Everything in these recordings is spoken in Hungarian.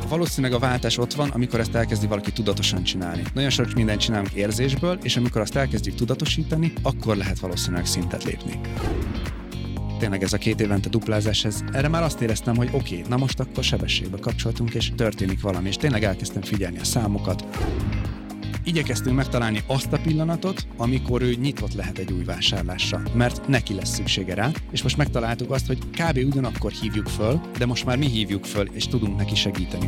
Valószínűleg a váltás ott van, amikor ezt elkezdi valaki tudatosan csinálni. Nagyon sok mindent csinálunk érzésből, és amikor azt elkezdjük tudatosítani, akkor lehet valószínűleg szintet lépni. Tényleg ez a 2 évente duplázás, erre már azt éreztem, hogy oké, na most akkor sebességbe kapcsoltunk, és történik valami, és tényleg elkezdtem figyelni a számokat. Igyekeztünk megtalálni azt a pillanatot, amikor ő nyitott lehet egy új vásárlásra, mert neki lesz szüksége rá, és most megtaláltuk azt, hogy kb. Ugyanakkor hívjuk föl, de most már mi hívjuk föl, és tudunk neki segíteni.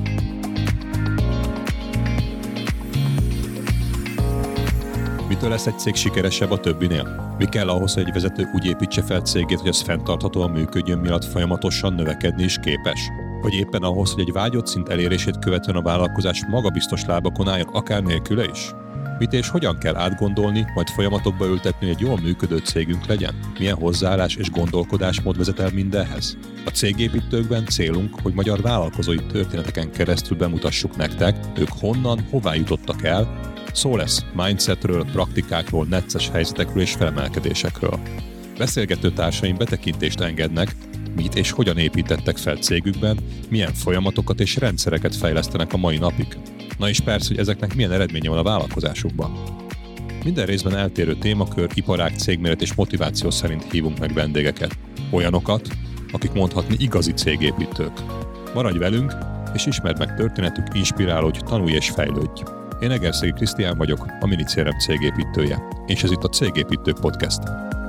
Mitől lesz egy cég sikeresebb a többinél? Mi kell ahhoz, hogy egy vezető úgy építse fel cégét, hogy az fenntarthatóan működjön, miatt folyamatosan növekedni is képes? Vagy éppen ahhoz, hogy egy vágyott szint elérését követően a vállalkozás magabiztos lábakon álljon, akár nélküle is? Mit és hogyan kell átgondolni, majd folyamatokba ültetni, hogy egy jól működő cégünk legyen? Milyen hozzáállás és gondolkodásmód vezet el mindenhez? A cégépítőkben célunk, hogy magyar vállalkozói történeteken keresztül bemutassuk nektek, ők honnan, hová jutottak el. Szó lesz mindsetről, praktikákról, necces helyzetekről és felemelkedésekről. Beszélgető társaim betekintést engednek, mit és hogyan építettek fel cégükben, milyen folyamatokat és rendszereket fejlesztenek a mai napig. Na és persze, hogy ezeknek milyen eredménye van a vállalkozásukban. Minden részben eltérő témakör, iparág, cégméret és motiváció szerint hívunk meg vendégeket. Olyanokat, akik mondhatni igazi cégépítők. Maradj velünk, és ismerd meg történetük, inspirálódj, tanulj és fejlődj. Én Egerszegi Krisztián vagyok, a Minicérem cégépítője, és ez itt a Cégépítők Podcast.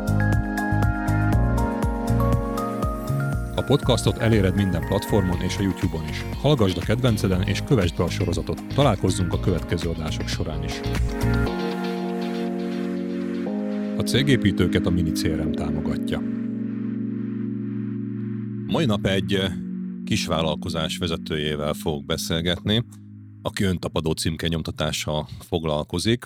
A podcastot eléred minden platformon és a YouTube-on is. Hallgasd a kedvenceden és kövesd be a sorozatot. Találkozzunk a következő adások során is. A cégépítőket a Minicérem támogatja. Mai nap egy kisvállalkozás vezetőjével fogok beszélgetni, aki öntapadó címkenyomtatással foglalkozik,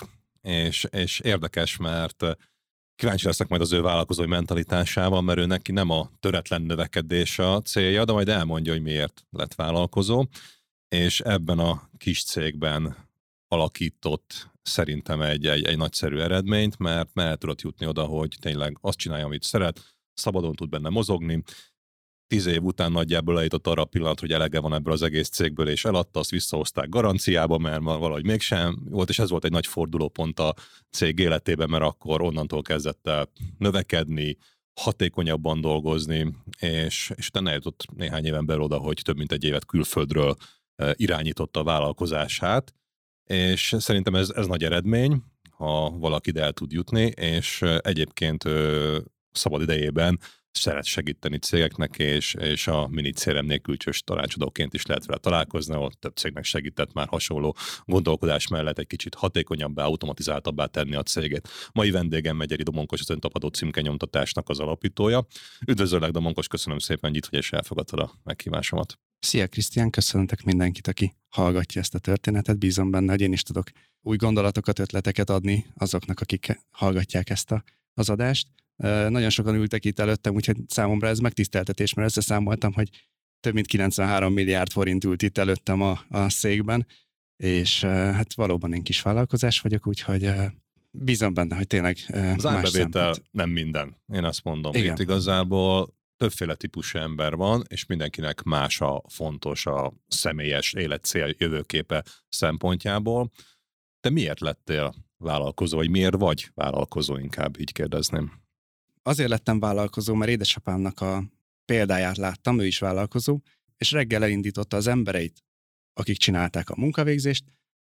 és érdekes, mert kíváncsi leszek majd az ő vállalkozói mentalitásával, mert ő neki nem a töretlen növekedés a célja, de majd elmondja, hogy miért lett vállalkozó, és ebben a kis cégben alakított szerintem egy nagyszerű eredményt, mert el tudott jutni oda, hogy tényleg azt csinálja, amit szeret, szabadon tud benne mozogni. 10 év után nagyjából eljutott arra a pillanat, hogy elege van ebből az egész cégből, és eladta, azt visszahozták garanciába, mert valahogy mégsem volt, és ez volt egy nagy fordulópont a cég életében, mert akkor onnantól kezdett el növekedni, hatékonyabban dolgozni, és utána eljutott néhány éven belül oda, hogy több mint egy évet külföldről irányította a vállalkozását, és szerintem ez nagy eredmény, ha valaki ide el tud jutni, és egyébként szabad idejében szeret segíteni cégeknek, és a Minicéremnél külsős tanácsadóként is lehet vele találkozni, ahol több cégnek segített már hasonló gondolkodás mellett egy kicsit hatékonyabbá, automatizáltabbá tenni a cégét. Mai vendégem Megyeri Domonkos, az öntapadó címkenyomtatásnak az alapítója. Üdvözöllek, Domonkos, köszönöm szépen, hogy itt vagy és elfogadtad a meghívásomat. Szia Krisztián, köszöntek mindenkit, aki hallgatja ezt a történetet. Bízom benne, hogy én is tudok új gondolatokat, ötleteket adni azoknak, akik hallgatják ezt az adást. Nagyon sokan ültek itt előttem, úgyhogy számomra ez megtiszteltetés, mert összeszámoltam, hogy több mint 93 milliárd forint ült itt előttem a székben, és hát valóban én kis vállalkozás vagyok, úgyhogy bízom benne, hogy tényleg az árbevétel nem minden, én azt mondom. Igen. Itt igazából többféle típusú ember van, és mindenkinek más a fontos a személyes életcél jövőképe szempontjából. Te miért lettél vállalkozó, vagy miért vagy vállalkozó, inkább így kérdezném? Azért lettem vállalkozó, mert édesapámnak a példáját láttam, ő is vállalkozó, és reggel elindította az embereit, akik csinálták a munkavégzést,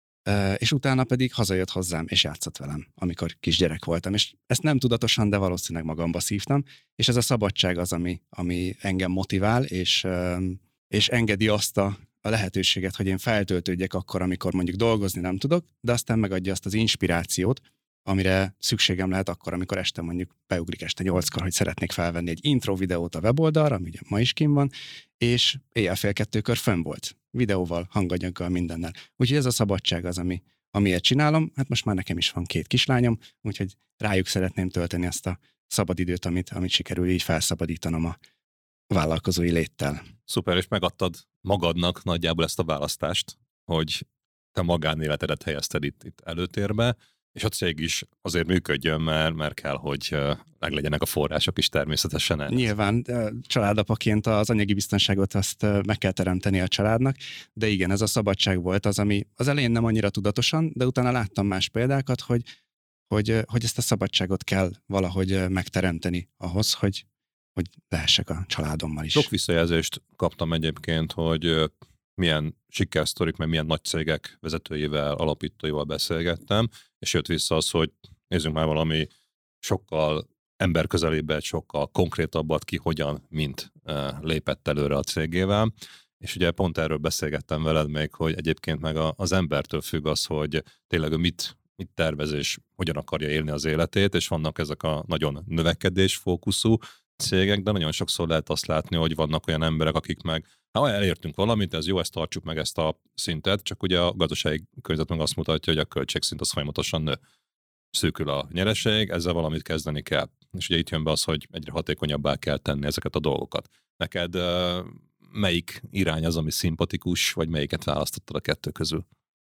és utána pedig hazajött hozzám, és játszott velem, amikor kisgyerek voltam. És ezt nem tudatosan, de valószínűleg magamba szívtam, és ez a szabadság az, ami engem motivál, és engedi azt a lehetőséget, hogy én feltöltődjek akkor, amikor mondjuk dolgozni nem tudok, de aztán megadja azt az inspirációt, amire szükségem lehet akkor, amikor este mondjuk beugrik este 8-kor, hogy szeretnék felvenni egy intro videót a weboldalra, ami ugye ma is kint van, és éjjel fél 2-kor fönn volt. Videóval, hanganyaggal, mindennel. Úgyhogy ez a szabadság az, amiért csinálom. Hát most már nekem is van 2 kislányom, úgyhogy rájuk szeretném tölteni azt a szabadidőt, amit sikerül így felszabadítanom a vállalkozói léttel. Szuper, és megadtad magadnak nagyjából ezt a választást, hogy te magánéletedet helyezted itt előtérbe, és a cég is azért működjön, mert kell, hogy meglegyenek a források is természetesen ehhez. Nyilván családapaként az anyagi biztonságot azt meg kell teremteni a családnak, de igen, ez a szabadság volt az, ami az elején nem annyira tudatosan, de utána láttam más példákat, hogy ezt a szabadságot kell valahogy megteremteni ahhoz, hogy lehessek a családommal is. Sok visszajelzést kaptam egyébként, hogy milyen sikersztorik, meg milyen nagy cégek vezetőivel, alapítóival beszélgettem, és jött vissza az, hogy nézzünk már valami sokkal emberközelébbet, sokkal konkrétabbat ki, hogyan, mint lépett előre a cégével. És ugye pont erről beszélgettem veled még, hogy egyébként meg az embertől függ az, hogy tényleg mit tervez és hogyan akarja élni az életét, és vannak ezek a nagyon növekedésfókuszú cégek, de nagyon sokszor lehet azt látni, hogy vannak olyan emberek, akik meg elértünk valamit, ez jó, ezt tartsuk meg ezt a szintet, csak ugye a gazdasági környezet meg azt mutatja, hogy a költségszint az folyamatosan nő. Szűkül a nyereség, ezzel valamit kezdeni kell. És ugye itt jön be az, hogy egyre hatékonyabbá kell tenni ezeket a dolgokat. Neked melyik irány az, ami szimpatikus, vagy melyiket választottad a kettő közül?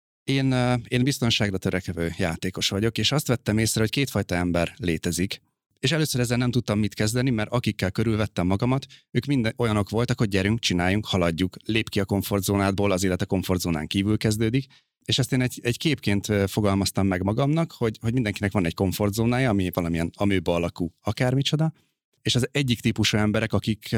Én biztonságra törekvő játékos vagyok, és azt vettem észre, hogy kétfajta ember létezik. És először ezzel nem tudtam mit kezdeni, mert akikkel körülvettem magamat, ők mind olyanok voltak, hogy gyerünk, csináljunk, haladjuk, lép ki a komfortzónádból, az élet a komfortzónán kívül kezdődik. És ezt én egy képként fogalmaztam meg magamnak, hogy mindenkinek van egy komfortzónája, ami valamilyen amőba alakú akármicsoda, és az egyik típusú emberek, akik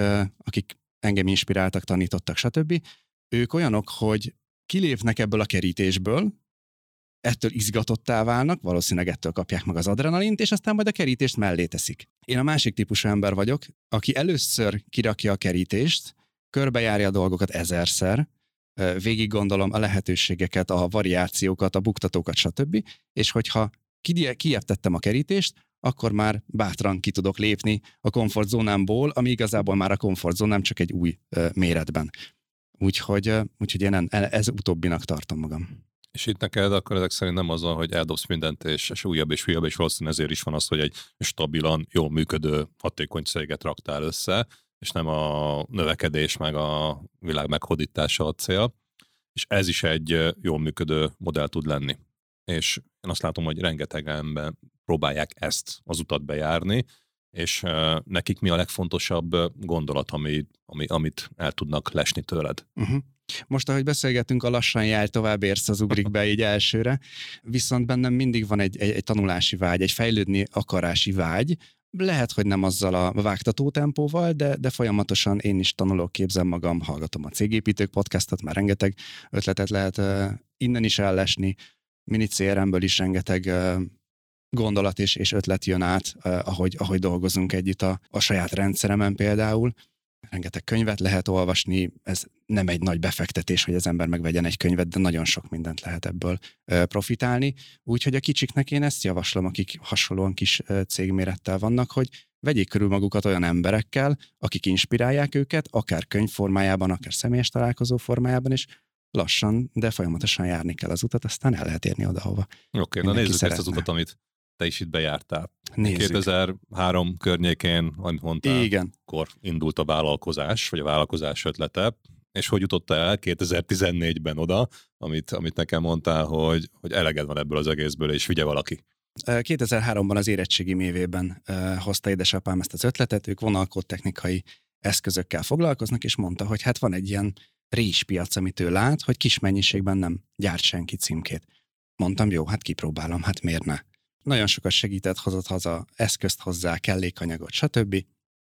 engem inspiráltak, tanítottak, stb., ők olyanok, hogy kilépnek ebből a kerítésből, ettől izgatottá válnak, valószínűleg ettől kapják meg az adrenalint, és aztán majd a kerítést mellé teszik. Én a másik típusú ember vagyok, aki először kirakja a kerítést, körbejárja a dolgokat 1000-szer, végig gondolom a lehetőségeket, a variációkat, a buktatókat, stb. És hogyha kijeptettem a kerítést, akkor már bátran ki tudok lépni a komfortzónámból, ami igazából már a komfortzónám, csak egy új méretben. Úgyhogy én ez utóbbinak tartom magam. És itt neked akkor ezek szerint nem az van, hogy eldobsz mindent, és újabb, és valószínűleg ezért is van az, hogy egy stabilan, jól működő, hatékony céget raktál össze, és nem a növekedés, meg a világ meghódítása a cél. És ez is egy jól működő modell tud lenni. És én azt látom, hogy rengetegen próbálják ezt az utat bejárni, és nekik mi a legfontosabb gondolat, amit el tudnak lesni tőled? Most, ahogy beszélgetünk, a lassan jár, tovább érsz, az ugrik be így elsőre, viszont bennem mindig van egy tanulási vágy, egy fejlődni akarási vágy. Lehet, hogy nem azzal a vágtató tempóval, de folyamatosan én is tanulok, képzem magam, hallgatom a Cégépítők podcastot, már rengeteg ötletet lehet innen is ellesni, mini CRM-ből is rengeteg gondolat és ötlet jön át, ahogy dolgozunk együtt a saját rendszeremen például. Rengeteg könyvet lehet olvasni, ez nem egy nagy befektetés, hogy az ember megvegyen egy könyvet, de nagyon sok mindent lehet ebből profitálni. Úgyhogy a kicsiknek én ezt javaslom, akik hasonlóan kis cégmérettel vannak, hogy vegyék körül magukat olyan emberekkel, akik inspirálják őket, akár könyv formájában, akár személyes találkozó formájában, és lassan, de folyamatosan járni kell az utat, aztán el lehet érni oda, hova Oké, na nézzük ezt az utat, amit te is itt bejártál. Nézzük. 2003 környékén, amit mondtál, igen, akkor indult a vállalkozás, vagy a vállalkozás ötlete, és hogy jutottál el 2014-ben oda, amit nekem mondtál, hogy eleged van ebből az egészből, és vigye valaki. 2003-ban az érettségim évében hozta édesapám ezt az ötletet, ők vonalkódtechnikai eszközökkel foglalkoznak, és mondta, hogy hát van egy ilyen réspiac, amit ő lát, hogy kis mennyiségben nem gyárt senki címkét. Mondtam, jó, hát kipróbálom, hát miért ne? Nagyon sokat segített, hozott haza eszközt hozzá, kellékanyagot, stb.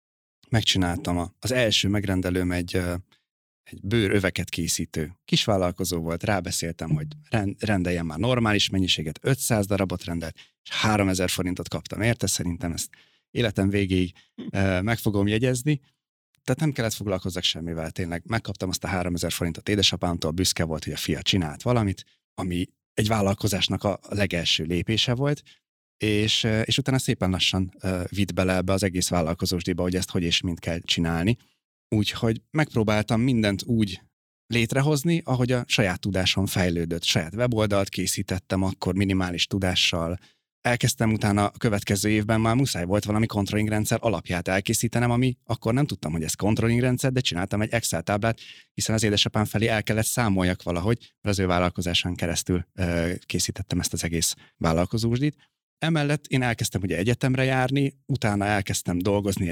Megcsináltam az első megrendelőm egy bőröveket készítő kisvállalkozó volt, rábeszéltem, hogy rendeljen már normális mennyiséget, 500 darabot rendelt, és 3000 forintot kaptam érte, szerintem ezt életem végéig meg fogom jegyezni. Tehát nem kellett foglalkozzak semmivel, tényleg megkaptam azt a 3000 forintot édesapámtól, büszke volt, hogy a fia csinált valamit, ami egy vállalkozásnak a legelső lépése volt, és utána szépen lassan vitt bele ebbe az egész vállalkozósdiba, hogy ezt hogy és mint kell csinálni. Úgyhogy megpróbáltam mindent úgy létrehozni, ahogy a saját tudásom fejlődött. Saját weboldalt készítettem akkor minimális tudással, elkezdtem utána a következő évben már muszáj volt valami controlling rendszer alapját elkészítenem, ami akkor nem tudtam, hogy ez controlling rendszer, de csináltam egy Excel táblát, hiszen az édesapám felé el kellett számoljak valahogy, mert az ő vállalkozásán keresztül készítettem ezt az egész vállalkozósdit. Emellett én elkezdtem ugye egyetemre járni, utána elkezdtem dolgozni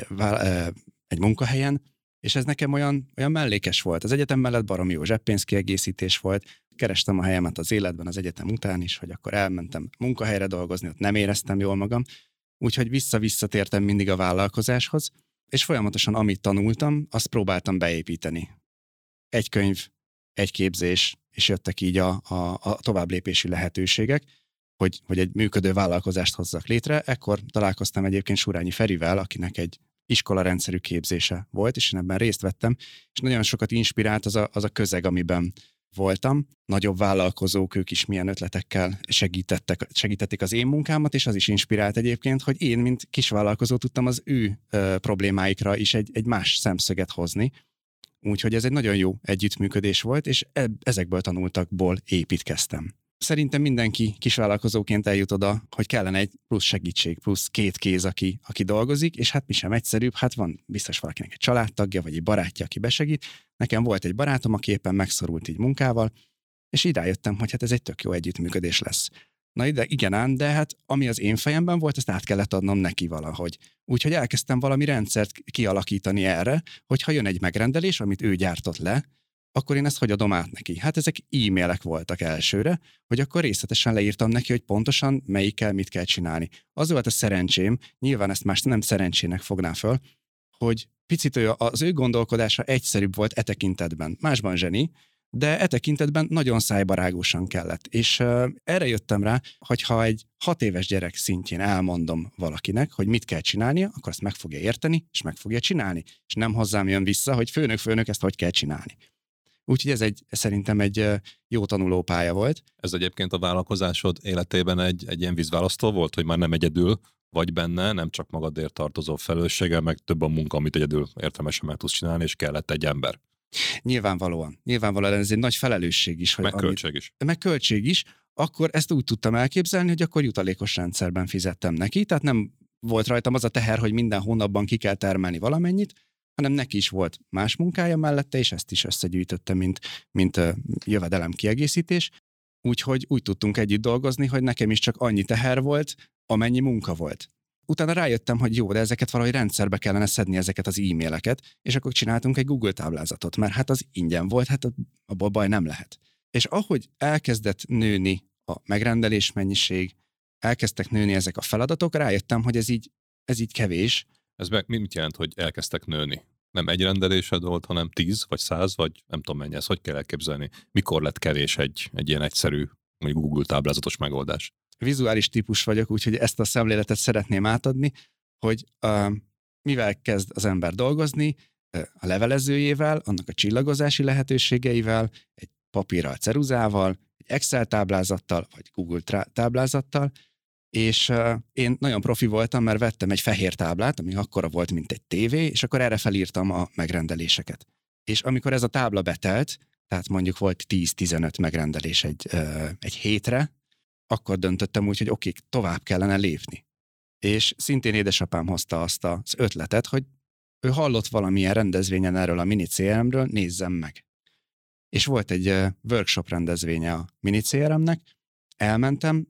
egy munkahelyen, és ez nekem olyan mellékes volt. Az egyetem mellett baromi jó zseppénzkiegészítés volt, kerestem a helyemet az életben az egyetem után is, hogy akkor elmentem munkahelyre dolgozni, ott nem éreztem jól magam, úgyhogy visszatértem mindig a vállalkozáshoz, és folyamatosan amit tanultam, azt próbáltam beépíteni. Egy könyv, egy képzés, és jöttek így a továbblépési lehetőségek, hogy egy működő vállalkozást hozzak létre. Ekkor találkoztam egyébként Surányi Ferivel, akinek egy iskolarendszerű képzése volt, és én ebben részt vettem, és nagyon sokat inspirált az a közeg, amiben voltam. Nagyobb vállalkozók, ők is milyen ötletekkel segítették az én munkámat, és az is inspirált egyébként, hogy én, mint kisvállalkozó tudtam az ő problémáikra is egy más szemszöget hozni. Úgyhogy ez egy nagyon jó együttműködés volt, és ezekből tanultakból építkeztem. Szerintem mindenki kisvállalkozóként eljut oda, hogy kellene egy plusz segítség, plusz két kéz, aki dolgozik, és hát mi sem egyszerűbb, hát van biztos valakinek egy családtagja, vagy egy barátja, aki besegít. Nekem volt egy barátom, aki éppen megszorult így munkával, és így rájöttem, hogy hát ez egy tök jó együttműködés lesz. Na ide igen ám, de hát ami az én fejemben volt, azt át kellett adnom neki valahogy. Úgyhogy elkezdtem valami rendszert kialakítani erre, hogy ha jön egy megrendelés, amit ő gyártott le, akkor én ezt hogy adom át neki? Hát ezek e-mailek voltak elsőre, hogy akkor részletesen leírtam neki, hogy pontosan melyikkel mit kell csinálni. Az volt a szerencsém, nyilván ezt más nem szerencsének fogná föl, hogy picit az ő gondolkodása egyszerűbb volt e tekintetben. Másban zseni, de e tekintetben nagyon szájbarágosan kellett. És erre jöttem rá, hogy ha egy 6 éves gyerek szintjén elmondom valakinek, hogy mit kell csinálnia, akkor azt meg fogja érteni, és meg fogja csinálni. És nem hozzám jön vissza, hogy főnök, ezt hogy kell csinálni. Úgyhogy ez szerintem egy jó tanulópálya volt. Ez egyébként a vállalkozásod életében egy ilyen vízválasztó volt, hogy már nem egyedül vagy benne, nem csak magadért tartozó felelősséggel, meg több a munka, amit egyedül értelmesen meg tudsz csinálni, és kellett egy ember. Nyilvánvalóan ez egy nagy felelősség is. Meg költség is. Meg költség is. Akkor ezt úgy tudtam elképzelni, hogy akkor jutalékos rendszerben fizettem neki, tehát nem volt rajtam az a teher, hogy minden hónapban ki kell termelni valamennyit, hanem neki is volt más munkája mellette, és ezt is összegyűjtötte, mint jövedelem kiegészítés. Úgyhogy úgy tudtunk együtt dolgozni, hogy nekem is csak annyi teher volt, amennyi munka volt. Utána rájöttem, hogy jó, de ezeket valahogy rendszerbe kellene szedni, ezeket az e-maileket, és akkor csináltunk egy Google táblázatot, mert hát az ingyen volt, hát abból baj nem lehet. És ahogy elkezdett nőni a megrendelés mennyiség, elkezdtek nőni ezek a feladatok, rájöttem, hogy ez így kevés. Ez mit jelent, hogy elkezdtek nőni? Nem egy rendelésed volt, hanem 10 vagy 100, vagy nem tudom mennyi, ezt hogy kell elképzelni? Mikor lett kevés egy ilyen egyszerű, mondjuk Google táblázatos megoldás? Vizuális típus vagyok, úgyhogy ezt a szemléletet szeretném átadni, hogy mivel kezd az ember dolgozni, a levelezőjével, annak a csillagozási lehetőségeivel, egy papírral, ceruzával, egy Excel táblázattal, vagy Google táblázattal, és én nagyon profi voltam, mert vettem egy fehér táblát, ami akkora volt, mint egy tévé, és akkor erre felírtam a megrendeléseket. És amikor ez a tábla betelt, tehát mondjuk volt 10-15 megrendelés egy hétre, akkor döntöttem úgy, hogy oké, tovább kellene lépni. És szintén édesapám hozta azt az ötletet, hogy ő hallott valamilyen rendezvényen erről a Mini CRM-ről, nézzem meg. És volt egy workshop rendezvénye a Mini CRM-nek, elmentem,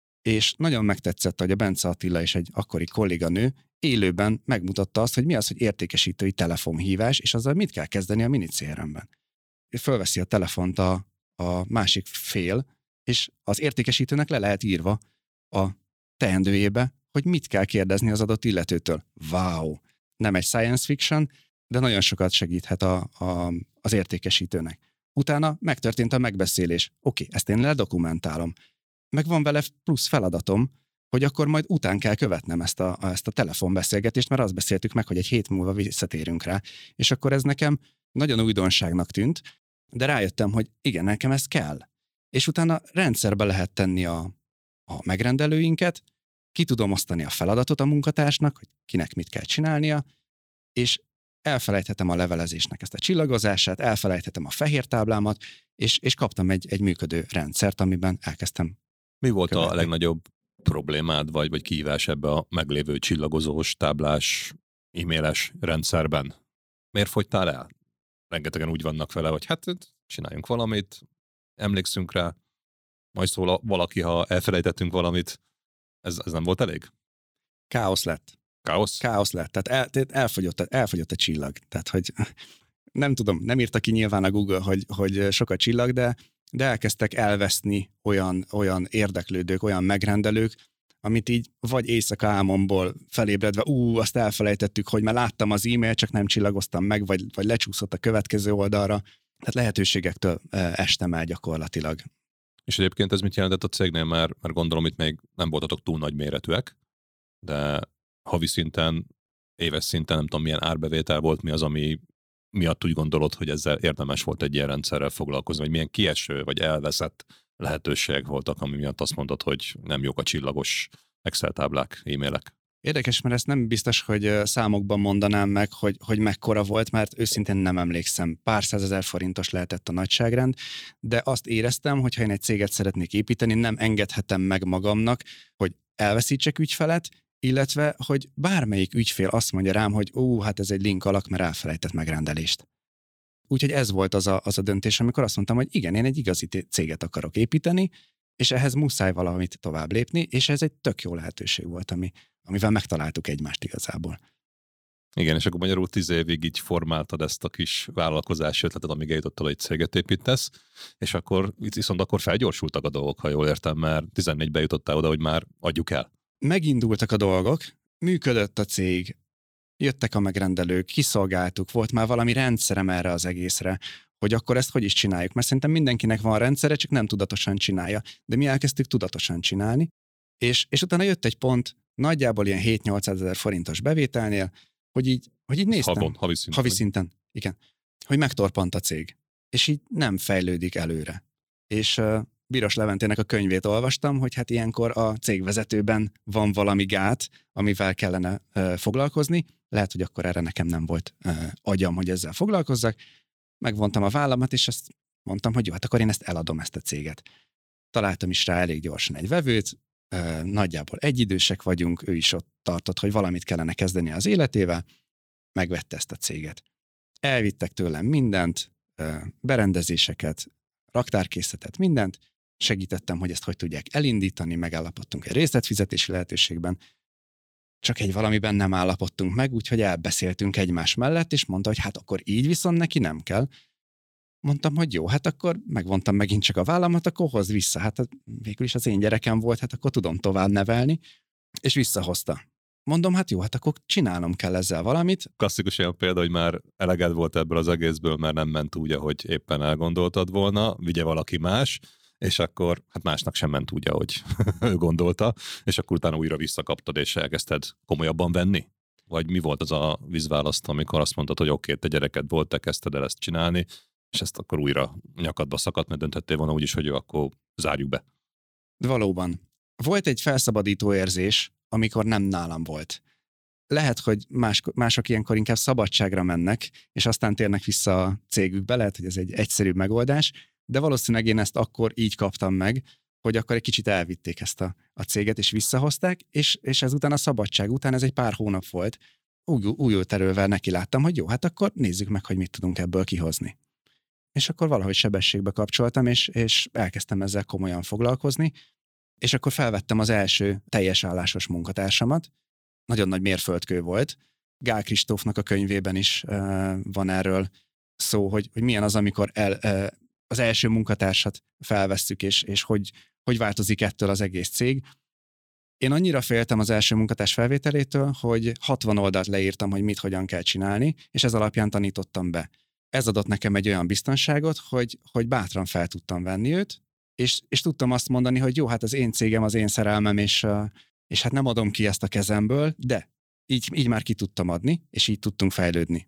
és nagyon megtetszett, hogy a Bence Attila és egy akkori kolléganő élőben megmutatta azt, hogy mi az, hogy értékesítői telefonhívás, és azzal mit kell kezdeni a Mini CRM-ben. Fölveszi a telefont a másik fél, és az értékesítőnek le lehet írva a teendőjébe, hogy mit kell kérdezni az adott illetőtől. Wow! Nem egy science fiction, de nagyon sokat segíthet az értékesítőnek. Utána megtörtént a megbeszélés. Oké, ezt én ledokumentálom. Meg van vele plusz feladatom, hogy akkor majd után kell követnem ezt a telefonbeszélgetést, mert azt beszéltük meg, hogy egy hét múlva visszatérünk rá. És akkor ez nekem nagyon újdonságnak tűnt, de rájöttem, hogy igen, nekem ez kell. És utána rendszerbe lehet tenni a megrendelőinket, ki tudom osztani a feladatot a munkatársnak, hogy kinek mit kell csinálnia, és elfelejthetem a levelezésnek ezt a csillagozását, elfelejthetem a fehér táblámat, és kaptam egy működő rendszert, amiben elkezdtem Mi volt követni. a legnagyobb problémád vagy kihívás ebbe a meglévő csillagozós, táblás, e-mailes rendszerben? Miért fogytál el? Rengetegen úgy vannak vele, hogy hát csináljunk valamit, emlékszünk rá, majd szól valaki, ha elfelejtettünk valamit. Ez nem volt elég? Káosz lett. Káosz? Káosz lett. Tehát elfogyott a csillag. Tehát, hogy nem tudom, nem írta ki nyilván a Google, hogy sok a csillag, de elkezdtek elveszni olyan érdeklődők, olyan megrendelők, amit így vagy éjszaka álmomból felébredve, azt elfelejtettük, hogy már láttam az e-mail, csak nem csillagoztam meg, vagy lecsúszott a következő oldalra. Tehát lehetőségektől estem el gyakorlatilag. És egyébként ez mit jelentett a cégnél? Mert gondolom, itt még nem voltatok túl nagy méretűek, de havi szinten, éves szinten nem tudom milyen árbevétel volt, mi az, ami miatt úgy gondolod, hogy ezzel érdemes volt egy ilyen rendszerrel foglalkozni, vagy milyen kieső, vagy elveszett lehetőségek voltak, ami miatt azt mondod, hogy nem jók a csillagos Excel táblák, e-mailek. Érdekes, mert ezt nem biztos, hogy számokban mondanám meg, hogy mekkora volt, mert őszintén nem emlékszem. Pár százezer forintos lehetett a nagyságrend, de azt éreztem, hogy ha én egy céget szeretnék építeni, nem engedhetem meg magamnak, hogy elveszítsek ügyfelet, illetve, hogy bármelyik ügyfél azt mondja rám, hogy hát ez egy link alak, mert elfelejtett megrendelést. Úgyhogy ez volt az a döntés, amikor azt mondtam, hogy igen, én egy igazi céget akarok építeni, és ehhez muszáj valamit tovább lépni, és ez egy tök jó lehetőség volt, amivel megtaláltuk egymást igazából. Igen, és akkor magyarul 10 évig így formáltad ezt a kis vállalkozási ötletet, amíg eljutottál, hogy céget építesz, és akkor viszont akkor felgyorsultak a dolgok, ha jól értem, mert 14-ben jutottál oda, hogy már adjuk el. Megindultak a dolgok, működött a cég, jöttek a megrendelők, kiszolgáltuk, volt már valami rendszerem erre az egészre, hogy akkor ezt hogy is csináljuk, mert szerintem mindenkinek van rendszere, csak nem tudatosan csinálja, de mi elkezdtük tudatosan csinálni, és utána jött egy pont, nagyjából ilyen 7-800 ezer forintos bevételnél, hogy így néztem. Havi szinten. Igen. Hogy megtorpant a cég. És így nem fejlődik előre. És Biros Leventének a könyvét olvastam, hogy hát ilyenkor a cégvezetőben van valami gát, amivel kellene foglalkozni. Lehet, hogy akkor erre nekem nem volt agyam, hogy ezzel foglalkozzak. Megvontam a vállamat, és azt mondtam, hogy jó, hát akkor én ezt eladom, ezt a céget. Találtam is rá elég gyorsan egy vevőt, nagyjából egyidősek vagyunk, ő is ott tartott, hogy valamit kellene kezdeni az életével, megvette ezt a céget. Elvittek tőlem mindent, berendezéseket, raktárkészletet, mindent, segítettem, hogy ezt hogy tudják elindítani, megállapodtunk egy részletfizetési lehetőségben, csak egy valamiben nem állapodtunk meg, úgyhogy elbeszéltünk egymás mellett, és mondta, hogy hát akkor így viszont neki nem kell. Mondtam, hogy jó, hát akkor megvontam megint csak a vállamat, akkor hozd vissza. Hát végül is az én gyerekem volt, hát akkor tudom tovább nevelni, és visszahozta. Mondom, hát jó, hát akkor csinálnom kell ezzel valamit. Klasszikus olyan példa, hogy már eleged volt ebből az egészből, mert nem ment úgy, ahogy éppen elgondoltad volna, vigye valaki más, és akkor hát másnak sem ment úgy, ahogy ő gondolta, és akkor utána újra visszakaptad, és elkezdted komolyabban venni? Vagy mi volt az a vízválaszt, amikor azt mondtad, hogy oké, te gyereked volt, te kezdted el ezt csinálni, és ezt akkor újra nyakadba szakadt, mert döntöttél volna úgyis, hogy jó, akkor zárjuk be. De valóban. Volt egy felszabadító érzés, amikor nem nálam volt. Lehet, hogy mások ilyenkor inkább szabadságra mennek, és aztán térnek vissza a cégükbe, lehet, hogy ez egy egyszerűbb megoldás, de valószínűleg én ezt akkor így kaptam meg, hogy akkor egy kicsit elvitték ezt a céget, és visszahozták, és ezután a szabadság után, ez egy pár hónap volt, újult erővel neki láttam, hogy jó, hát akkor nézzük meg, hogy mit tudunk ebből kihozni. És akkor valahogy sebességbe kapcsoltam, és elkezdtem ezzel komolyan foglalkozni, és akkor felvettem az első teljes állásos munkatársamat. Nagyon nagy mérföldkő volt. Gál Kristófnak a könyvében is van erről szó, hogy milyen az, amikor az első munkatársat felvesszük, és hogy változik ettől az egész cég. Én annyira féltem az első munkatárs felvételétől, hogy 60 oldalt leírtam, hogy mit, hogyan kell csinálni, és ez alapján tanítottam be. Ez adott nekem egy olyan biztonságot, hogy bátran fel tudtam venni őt, és tudtam azt mondani, hogy jó, hát az én cégem, az én szerelmem, és hát nem adom ki ezt a kezemből, de így már ki tudtam adni, és így tudtunk fejlődni.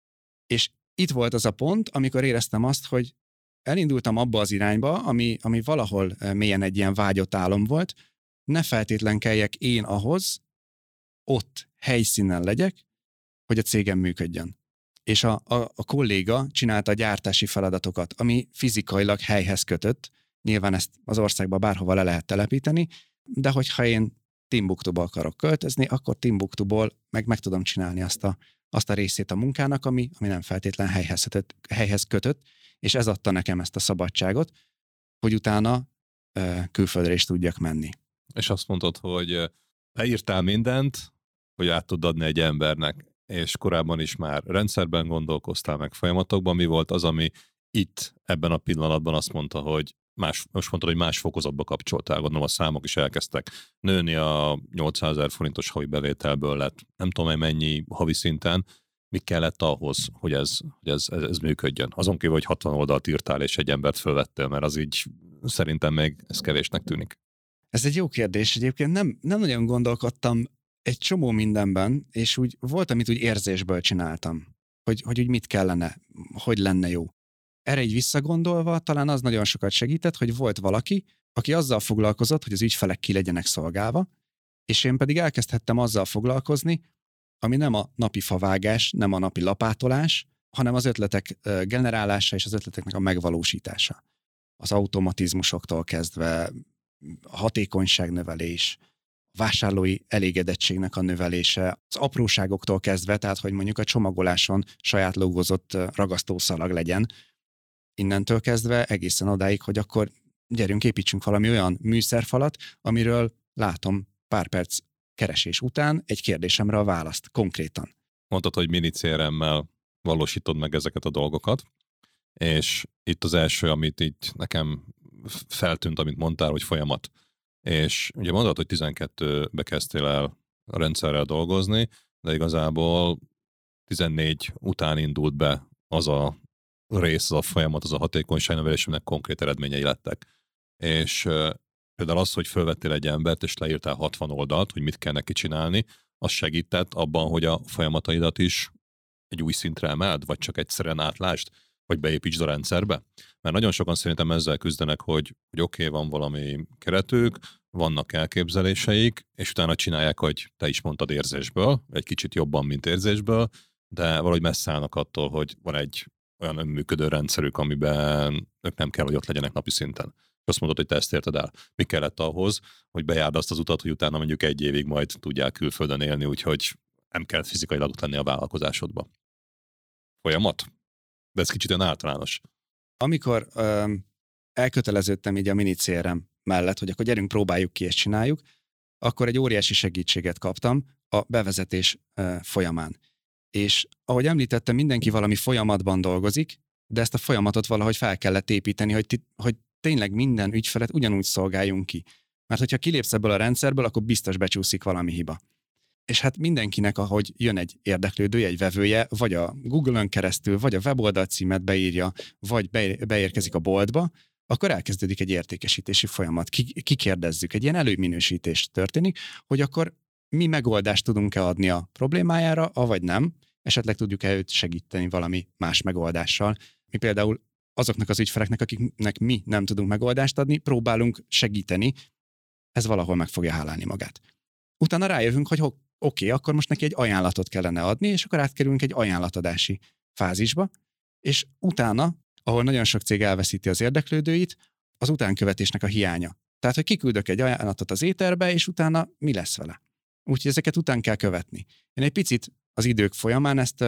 És itt volt az a pont, amikor éreztem azt, hogy elindultam abba az irányba, ami valahol mélyen egy ilyen vágyott álom volt, ne feltétlen kelljek én ahhoz, ott helyszínen legyek, hogy a cégem működjön. És a kolléga csinálta a gyártási feladatokat, ami fizikailag helyhez kötött, nyilván ezt az országban bárhova le lehet telepíteni, de hogyha én Timbuktuba akarok költözni, akkor Timbuktuból meg tudom csinálni azt a részét a munkának, ami nem feltétlen helyhez kötött, és ez adta nekem ezt a szabadságot, hogy utána külföldre is tudjak menni. És azt mondtad, hogy leírtál mindent, hogy át tud adni egy embernek, és korábban is már rendszerben gondolkoztál meg folyamatokban. Mi volt az, ami itt, ebben a pillanatban azt mondta, hogy most mondtad, hogy más fokozatba kapcsoltál, gondolom a számok is elkezdtek nőni, a 800 000 forintos havi bevételből lett nem tudom mennyi havi szinten. Mi kellett ahhoz, hogy ez működjön? Azon kívül, hogy 60 oldalt írtál és egy embert fölvettél, mert az így szerintem még ez kevésnek tűnik. Ez egy jó kérdés. Egyébként nem nagyon gondolkodtam egy csomó mindenben, és úgy volt, amit úgy érzésből csináltam, hogy úgy mit kellene, hogy lenne jó. Erre így visszagondolva talán az nagyon sokat segített, hogy volt valaki, aki azzal foglalkozott, hogy az ügyfelek ki legyenek szolgálva, és én pedig elkezdhettem azzal foglalkozni, ami nem a napi favágás, nem a napi lapátolás, hanem az ötletek generálása és az ötleteknek a megvalósítása. Az automatizmusoktól kezdve a hatékonyságnövelés, a vásárlói elégedettségnek a növelése, az apróságoktól kezdve, tehát hogy mondjuk a csomagoláson saját logozott ragasztószalag legyen, innentől kezdve egészen odáig, hogy akkor gyerünk, építsünk valami olyan műszerfalat, amiről látom pár perc keresés után egy kérdésemre a választ konkrétan. Mondtad, hogy mini CRM-mel valósítod meg ezeket a dolgokat, és itt az első, amit így nekem feltűnt, amit mondtál, hogy folyamat. És ugye mondtad, hogy 12-be kezdtél el a rendszerrel dolgozni, de igazából 14 után indult be az a rész, az a folyamat, az a hatékonyságnövelés, aminek konkrét eredményei lettek. És például az, hogy fölvettél egy embert, és leírtál 60 oldalt, hogy mit kell neki csinálni, az segített abban, hogy a folyamataidat is egy új szintre emeld, vagy csak egyszerűen átlásd, vagy beépítsd a rendszerbe? Mert nagyon sokan szerintem ezzel küzdenek, hogy oké, van valami keretük, vannak elképzeléseik, és utána csinálják, hogy te is mondtad érzésből, egy kicsit jobban, mint érzésből, de valahogy messze állnak attól, hogy van egy olyan önműködő rendszerük, amiben ők nem kell, hogy ott legyenek napi szinten. És azt mondod, hogy te ezt érted el. Mi kellett ahhoz, hogy bejárd azt az utat, hogy utána mondjuk 1 évig majd tudják külföldön élni, úgyhogy nem kell fizikailag ott lenni a vállalkozásodba. Folyamat? De ez kicsit olyan általános. Amikor elköteleződtem így a mini CRM mellett, hogy akkor gyerünk, próbáljuk ki és csináljuk, akkor egy óriási segítséget kaptam a bevezetés folyamán. És ahogy említettem, mindenki valami folyamatban dolgozik, de ezt a folyamatot valahogy fel kellett építeni, hogy tényleg minden ügyfelet ugyanúgy szolgáljunk ki. Mert hogyha kilépsz ebből a rendszerből, akkor biztos becsúszik valami hiba. És hát mindenkinek, ahogy jön egy érdeklődője, egy vevője, vagy a Google-ön keresztül, vagy a weboldal címet beírja, vagy beérkezik a boltba, akkor elkezdődik egy értékesítési folyamat. Kikérdezzük, egy ilyen előminősítés történik, hogy akkor mi megoldást tudunk-e adni a problémájára, avagy nem, esetleg tudjuk-e őt segíteni valami más megoldással. Mi például azoknak az ügyfeleknek, akiknek mi nem tudunk megoldást adni, próbálunk segíteni, ez valahol meg fogja hálálni magát. Utána rájövünk, hogy oké, akkor most neki egy ajánlatot kellene adni, és akkor átkerülünk egy ajánlatadási fázisba, és utána, ahol nagyon sok cég elveszíti az érdeklődőit, az utánkövetésnek a hiánya. Tehát, hogy kiküldök egy ajánlatot az éterbe, és utána mi lesz vele. Úgyhogy ezeket után kell követni. Én egy picit az idők folyamán ezt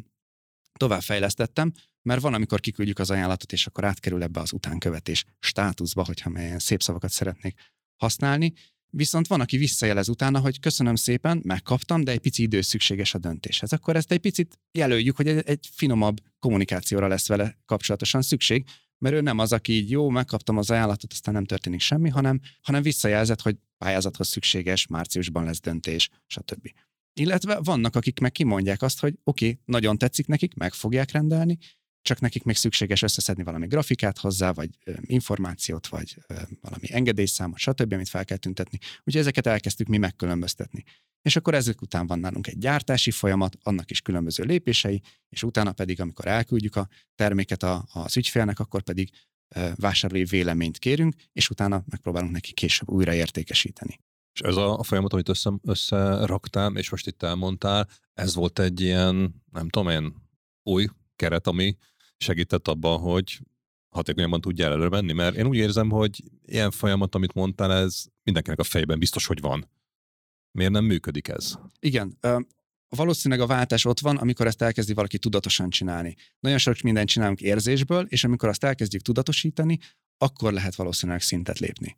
továbbfejlesztettem, mert van, amikor kiküldjük az ajánlatot, és akkor átkerül ebbe az utánkövetés státuszba, hogyha melyen szép szavakat szeretnék használni. Viszont van, aki visszajelez utána, hogy köszönöm szépen, megkaptam, de egy pici idő szükséges a döntéshez. Akkor ezt egy picit jelöljük, hogy egy finomabb kommunikációra lesz vele kapcsolatosan szükség, mert ő nem az, aki így jó, megkaptam az ajánlatot, aztán nem történik semmi, hanem visszajelzett, hogy pályázathoz szükséges, márciusban lesz döntés, stb. Illetve vannak, akik meg kimondják azt, hogy oké, nagyon tetszik nekik, meg fogják rendelni, csak nekik még szükséges összeszedni valami grafikát hozzá, vagy információt, vagy valami engedélyszámot, stb., amit fel kell tüntetni. Úgyhogy ezeket elkezdtük mi megkülönböztetni. És akkor ezek után van nálunk egy gyártási folyamat, annak is különböző lépései, és utána pedig, amikor elküldjük a terméket az ügyfélnek, akkor pedig vásárlói véleményt kérünk, és utána megpróbálunk neki később újra értékesíteni. És ez a folyamat, amit összeraktál, és most itt elmondtál, ez volt egy ilyen, nem tudom én, új keret, ami segített abban, hogy hatékonyabban tudja előre menni? Mert én úgy érzem, hogy ilyen folyamat, amit mondtál, ez mindenkinek a fejében biztos, hogy van. Miért nem működik ez? Igen, valószínűleg a váltás ott van, amikor ezt elkezdi valaki tudatosan csinálni. Nagyon sok mindent csinálunk érzésből, és amikor azt elkezdjük tudatosítani, akkor lehet valószínűleg szintet lépni,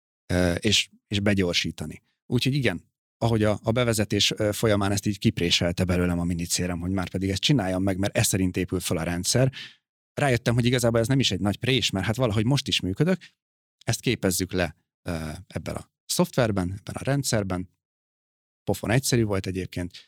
és begyorsítani. Úgyhogy igen, ahogy a bevezetés folyamán ezt így kipréselte belőlem a minicérem, hogy már pedig ezt csináljam meg, mert ez szerint épül fel a rendszer. Rájöttem, hogy igazából ez nem is egy nagy prés, mert hát valahogy most is működök, ezt képezzük le ebben a szoftverben, ebben a rendszerben, pofon egyszerű volt egyébként,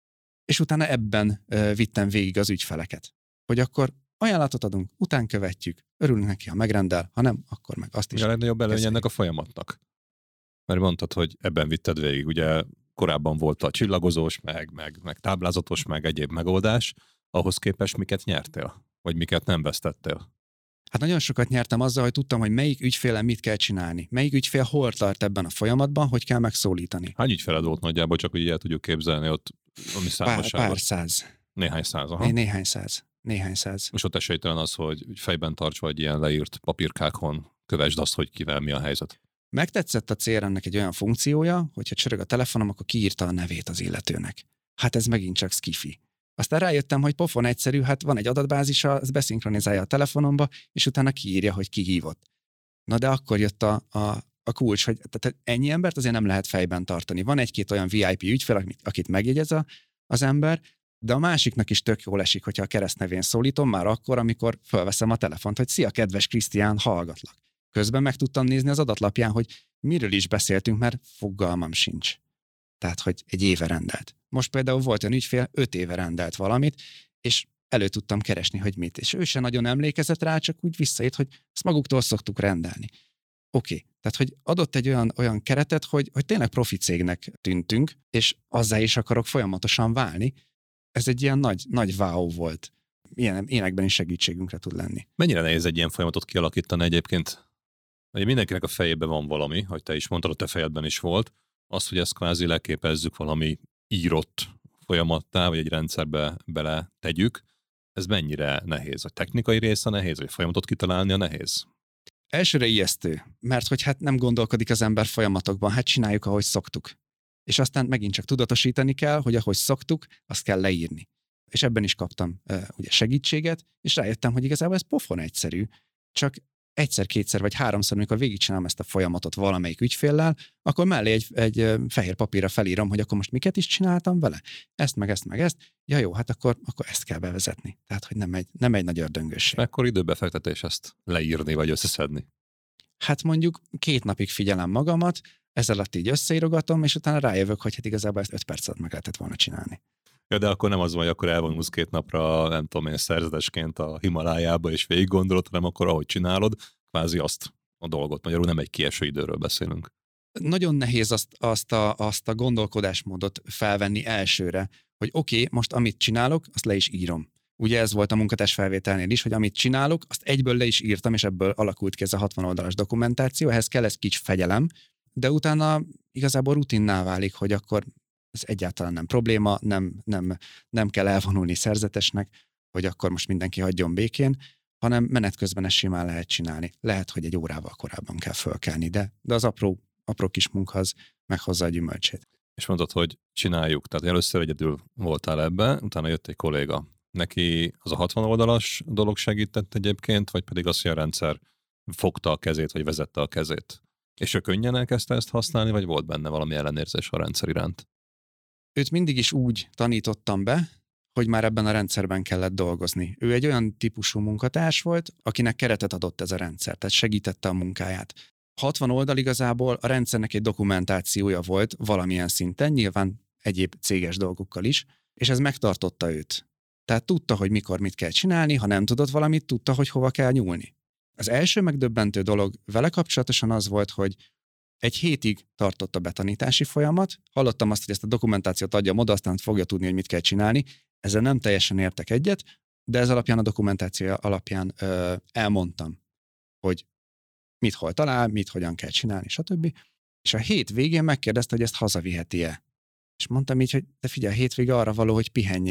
és utána ebben vittem végig az ügyfeleket, hogy akkor ajánlatot adunk, után követjük, örülünk neki, ha megrendel, ha nem, akkor meg azt is. Mi a legnagyobb előny ennek a folyamatnak? Mert mondtad, hogy ebben vitted végig, ugye korábban volt a csillagozós, meg táblázatos, meg egyéb megoldás, ahhoz képest miket nyertél? Vagy miket nem vesztettél? Hát nagyon sokat nyertem azzal, hogy tudtam, hogy melyik ügyfélen mit kell csinálni. Melyik ügyfél hol tart ebben a folyamatban, hogy kell megszólítani. Hány ügyfeled volt nagyjából, csak hogy el tudjuk képzelni ott, ami számosságot? Pár száz. Néhány száz, aha. Néhány száz. És ott esélytelen az, hogy fejben tarts, vagy ilyen leírt papírkákon kövesd azt, hogy kivel mi a helyzet. Megtetszett a CRM-nek egy olyan funkciója, hogyha csörög a telefonom, akkor kiírta a nevét az illetőnek. Hát ez megint csak skifi. Aztán rájöttem, hogy pofon egyszerű, hát van egy adatbázisa, ez beszinkronizálja a telefonomba, és utána kiírja, hogy ki hívott. Na de akkor jött a kulcs, hogy tehát ennyi embert azért nem lehet fejben tartani. Van egy-két olyan VIP ügyfél, akit megjegyez az ember, de a másiknak is tök jól esik, hogyha a keresztnevén szólítom már akkor, amikor felveszem a telefont, hogy szia, kedves Krisztián, hallgatlak. Közben meg tudtam nézni az adatlapján, hogy miről is beszéltünk, mert fogalmam sincs. Tehát, hogy egy éve rendelt. Most például volt olyan ügyfél, 5 éve rendelt valamit, és elő tudtam keresni, hogy mit. És ő se nagyon emlékezett rá, csak úgy visszaít, hogy ezt maguktól szoktuk rendelni. Oké. Tehát, hogy adott egy olyan keretet, hogy tényleg profi cégnek tűntünk, és azzá is akarok folyamatosan válni. Ez egy ilyen nagy wow volt. Ilyenekben is segítségünkre tud lenni. Mennyire nehéz egy ilyen folyamatot kialakítani egyébként? Ugye mindenkinek a fejében van valami, hogy te is mondtad, a te fejedben is volt, az, hogy ezt kvázi leképezzük valami írott folyamattá, vagy egy rendszerbe bele tegyük, ez mennyire nehéz? A technikai része nehéz, vagy folyamatot kitalálni a nehéz? Elsőre ijesztő, mert hogy hát nem gondolkodik az ember folyamatokban, hát csináljuk, ahogy szoktuk. És aztán megint csak tudatosítani kell, hogy ahogy szoktuk, azt kell leírni. És ebben is kaptam ugye segítséget, és rájöttem, hogy igazából ez pofon egyszerű, csak egyszer, kétszer vagy háromszor, amikor végigcsinálom ezt a folyamatot valamelyik ügyféllel, akkor mellé egy fehér papírra felírom, hogy akkor most miket is csináltam vele. Ezt, meg ezt. Ja jó, hát akkor ezt kell bevezetni. Tehát, hogy nem egy nagy ördöngösség. Mekkor időbefektetés ezt leírni vagy összeszedni? Hát mondjuk 2 napig figyelem magamat, ez alatt így összeírogatom, és utána rájövök, hogy hát igazából ezt 5 perc alatt meg lehetett volna csinálni. Ja, de akkor nem az van, hogy akkor elvonulsz 2 napra, nem tudom én, szerzetesként a Himalájába, és végig gondolod, hanem akkor ahogy csinálod, kvázi azt a dolgot. Magyarul nem egy kieső időről beszélünk. Nagyon nehéz azt a gondolkodásmódot felvenni elsőre, hogy oké, most amit csinálok, azt le is írom. Ugye ez volt a munkatárs felvételnél is, hogy amit csinálok, azt egyből le is írtam, és ebből alakult ki ez a 60 oldalas dokumentáció, ehhez kell ez kicsi fegyelem, de utána igazából rutinná válik, hogy akkor ez egyáltalán nem probléma, nem kell elvonulni szerzetesnek, hogy akkor most mindenki hagyjon békén, hanem menet közben ezt simán lehet csinálni. Lehet, hogy egy órával korábban kell fölkelni, de az apró kis munka az meghozza a gyümölcsét. És mondod, hogy csináljuk, tehát először egyedül voltál ebbe, utána jött egy kolléga. Neki az a 60 oldalas dolog segített egyébként, vagy pedig az, hogy a rendszer fogta a kezét, vagy vezette a kezét? És ő könnyen elkezdte ezt használni, vagy volt benne valami ellenérzés a rendszer iránt? Őt mindig is úgy tanítottam be, hogy már ebben a rendszerben kellett dolgozni. Ő egy olyan típusú munkatárs volt, akinek keretet adott ez a rendszer, tehát segítette a munkáját. 60 oldal igazából a rendszernek egy dokumentációja volt valamilyen szinten, nyilván egyéb céges dolgokkal is, és ez megtartotta őt. Tehát tudta, hogy mikor mit kell csinálni, ha nem tudott valamit, tudta, hogy hova kell nyúlni. Az első megdöbbentő dolog vele kapcsolatosan az volt, hogy 1 hétig tartott a betanítási folyamat, hallottam azt, hogy ezt a dokumentációt adjam oda, aztán fogja tudni, hogy mit kell csinálni. Ezzel nem teljesen értek egyet, de ez alapján a dokumentáció alapján elmondtam, hogy mit hol talál, mit hogyan kell csinálni, stb. És a hét végén megkérdezte, hogy ezt hazaviheti-e. És mondtam így, hogy de figyelj, a hétvége arra való, hogy pihenje.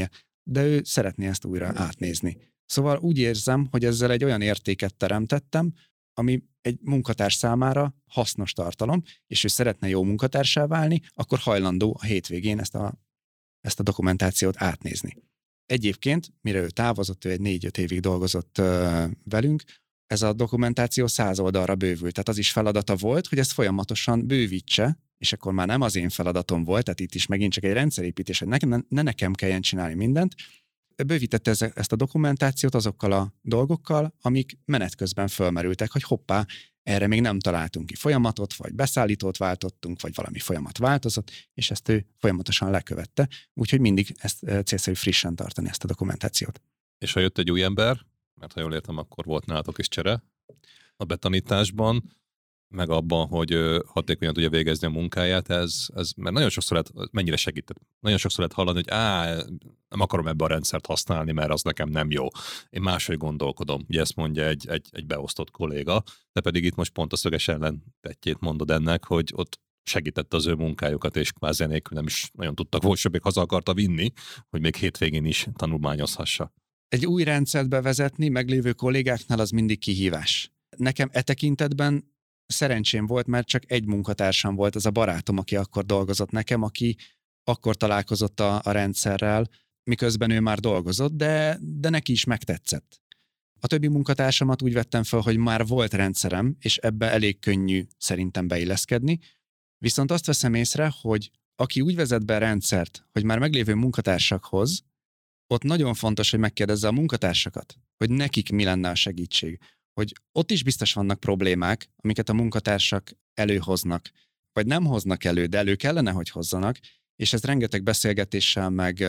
de ő szeretné ezt újra átnézni. Szóval úgy érzem, hogy ezzel egy olyan értéket teremtettem, ami egy munkatárs számára hasznos tartalom, és ő szeretne jó munkatársá válni, akkor hajlandó a hétvégén ezt a dokumentációt átnézni. Egyébként, mire ő távozott, ő egy 4-5 évig dolgozott velünk, ez a dokumentáció 100 oldalra bővült. Tehát az is feladata volt, hogy ezt folyamatosan bővítse, és akkor már nem az én feladatom volt, tehát itt is megint csak egy rendszerépítés, hogy nekem kelljen csinálni mindent. Bővítette ezt a dokumentációt azokkal a dolgokkal, amik menet közben fölmerültek, hogy hoppá, erre még nem találtunk ki folyamatot, vagy beszállítót váltottunk, vagy valami folyamat változott, és ezt ő folyamatosan lekövette, úgyhogy mindig ezt célszerű frissen tartani, ezt a dokumentációt. És ha jött egy új ember, mert ha jól értem, akkor volt nálatok is csere a betanításban, meg abban, hogy hatékonyan tudja végezni a munkáját, mert nagyon sokszor lehet, mennyire segített. Nagyon sokszor lehet hallani, hogy nem akarom ebbe a rendszert használni, mert az nekem nem jó. Én máshogy gondolkodom. Ugye ezt mondja egy beosztott kolléga, de pedig itt most pont a szöges ellentetjét mondod ennek, hogy ott segítette az ő munkájukat, és kvázi nélkül nem is nagyon tudtak volt, még haza akarta vinni, hogy még hétvégén is tanulmányozhassa. Egy új rendszert bevezetni meglévő kollégáknál az mindig kihívás. Nekem e tekintetben szerencsém volt, mert csak egy munkatársam volt, az a barátom, aki akkor dolgozott nekem, aki akkor találkozott a rendszerrel, miközben ő már dolgozott, de neki is megtetszett. A többi munkatársamat úgy vettem fel, hogy már volt rendszerem, és ebbe elég könnyű szerintem beilleszkedni, viszont azt veszem észre, hogy aki úgy vezet be a rendszert, hogy már meglévő munkatársakhoz, ott nagyon fontos, hogy megkérdezze a munkatársakat, hogy nekik mi lenne a segítség. Hogy ott is biztos vannak problémák, amiket a munkatársak előhoznak, vagy nem hoznak elő, de elő kellene, hogy hozzanak, és ez rengeteg beszélgetéssel, meg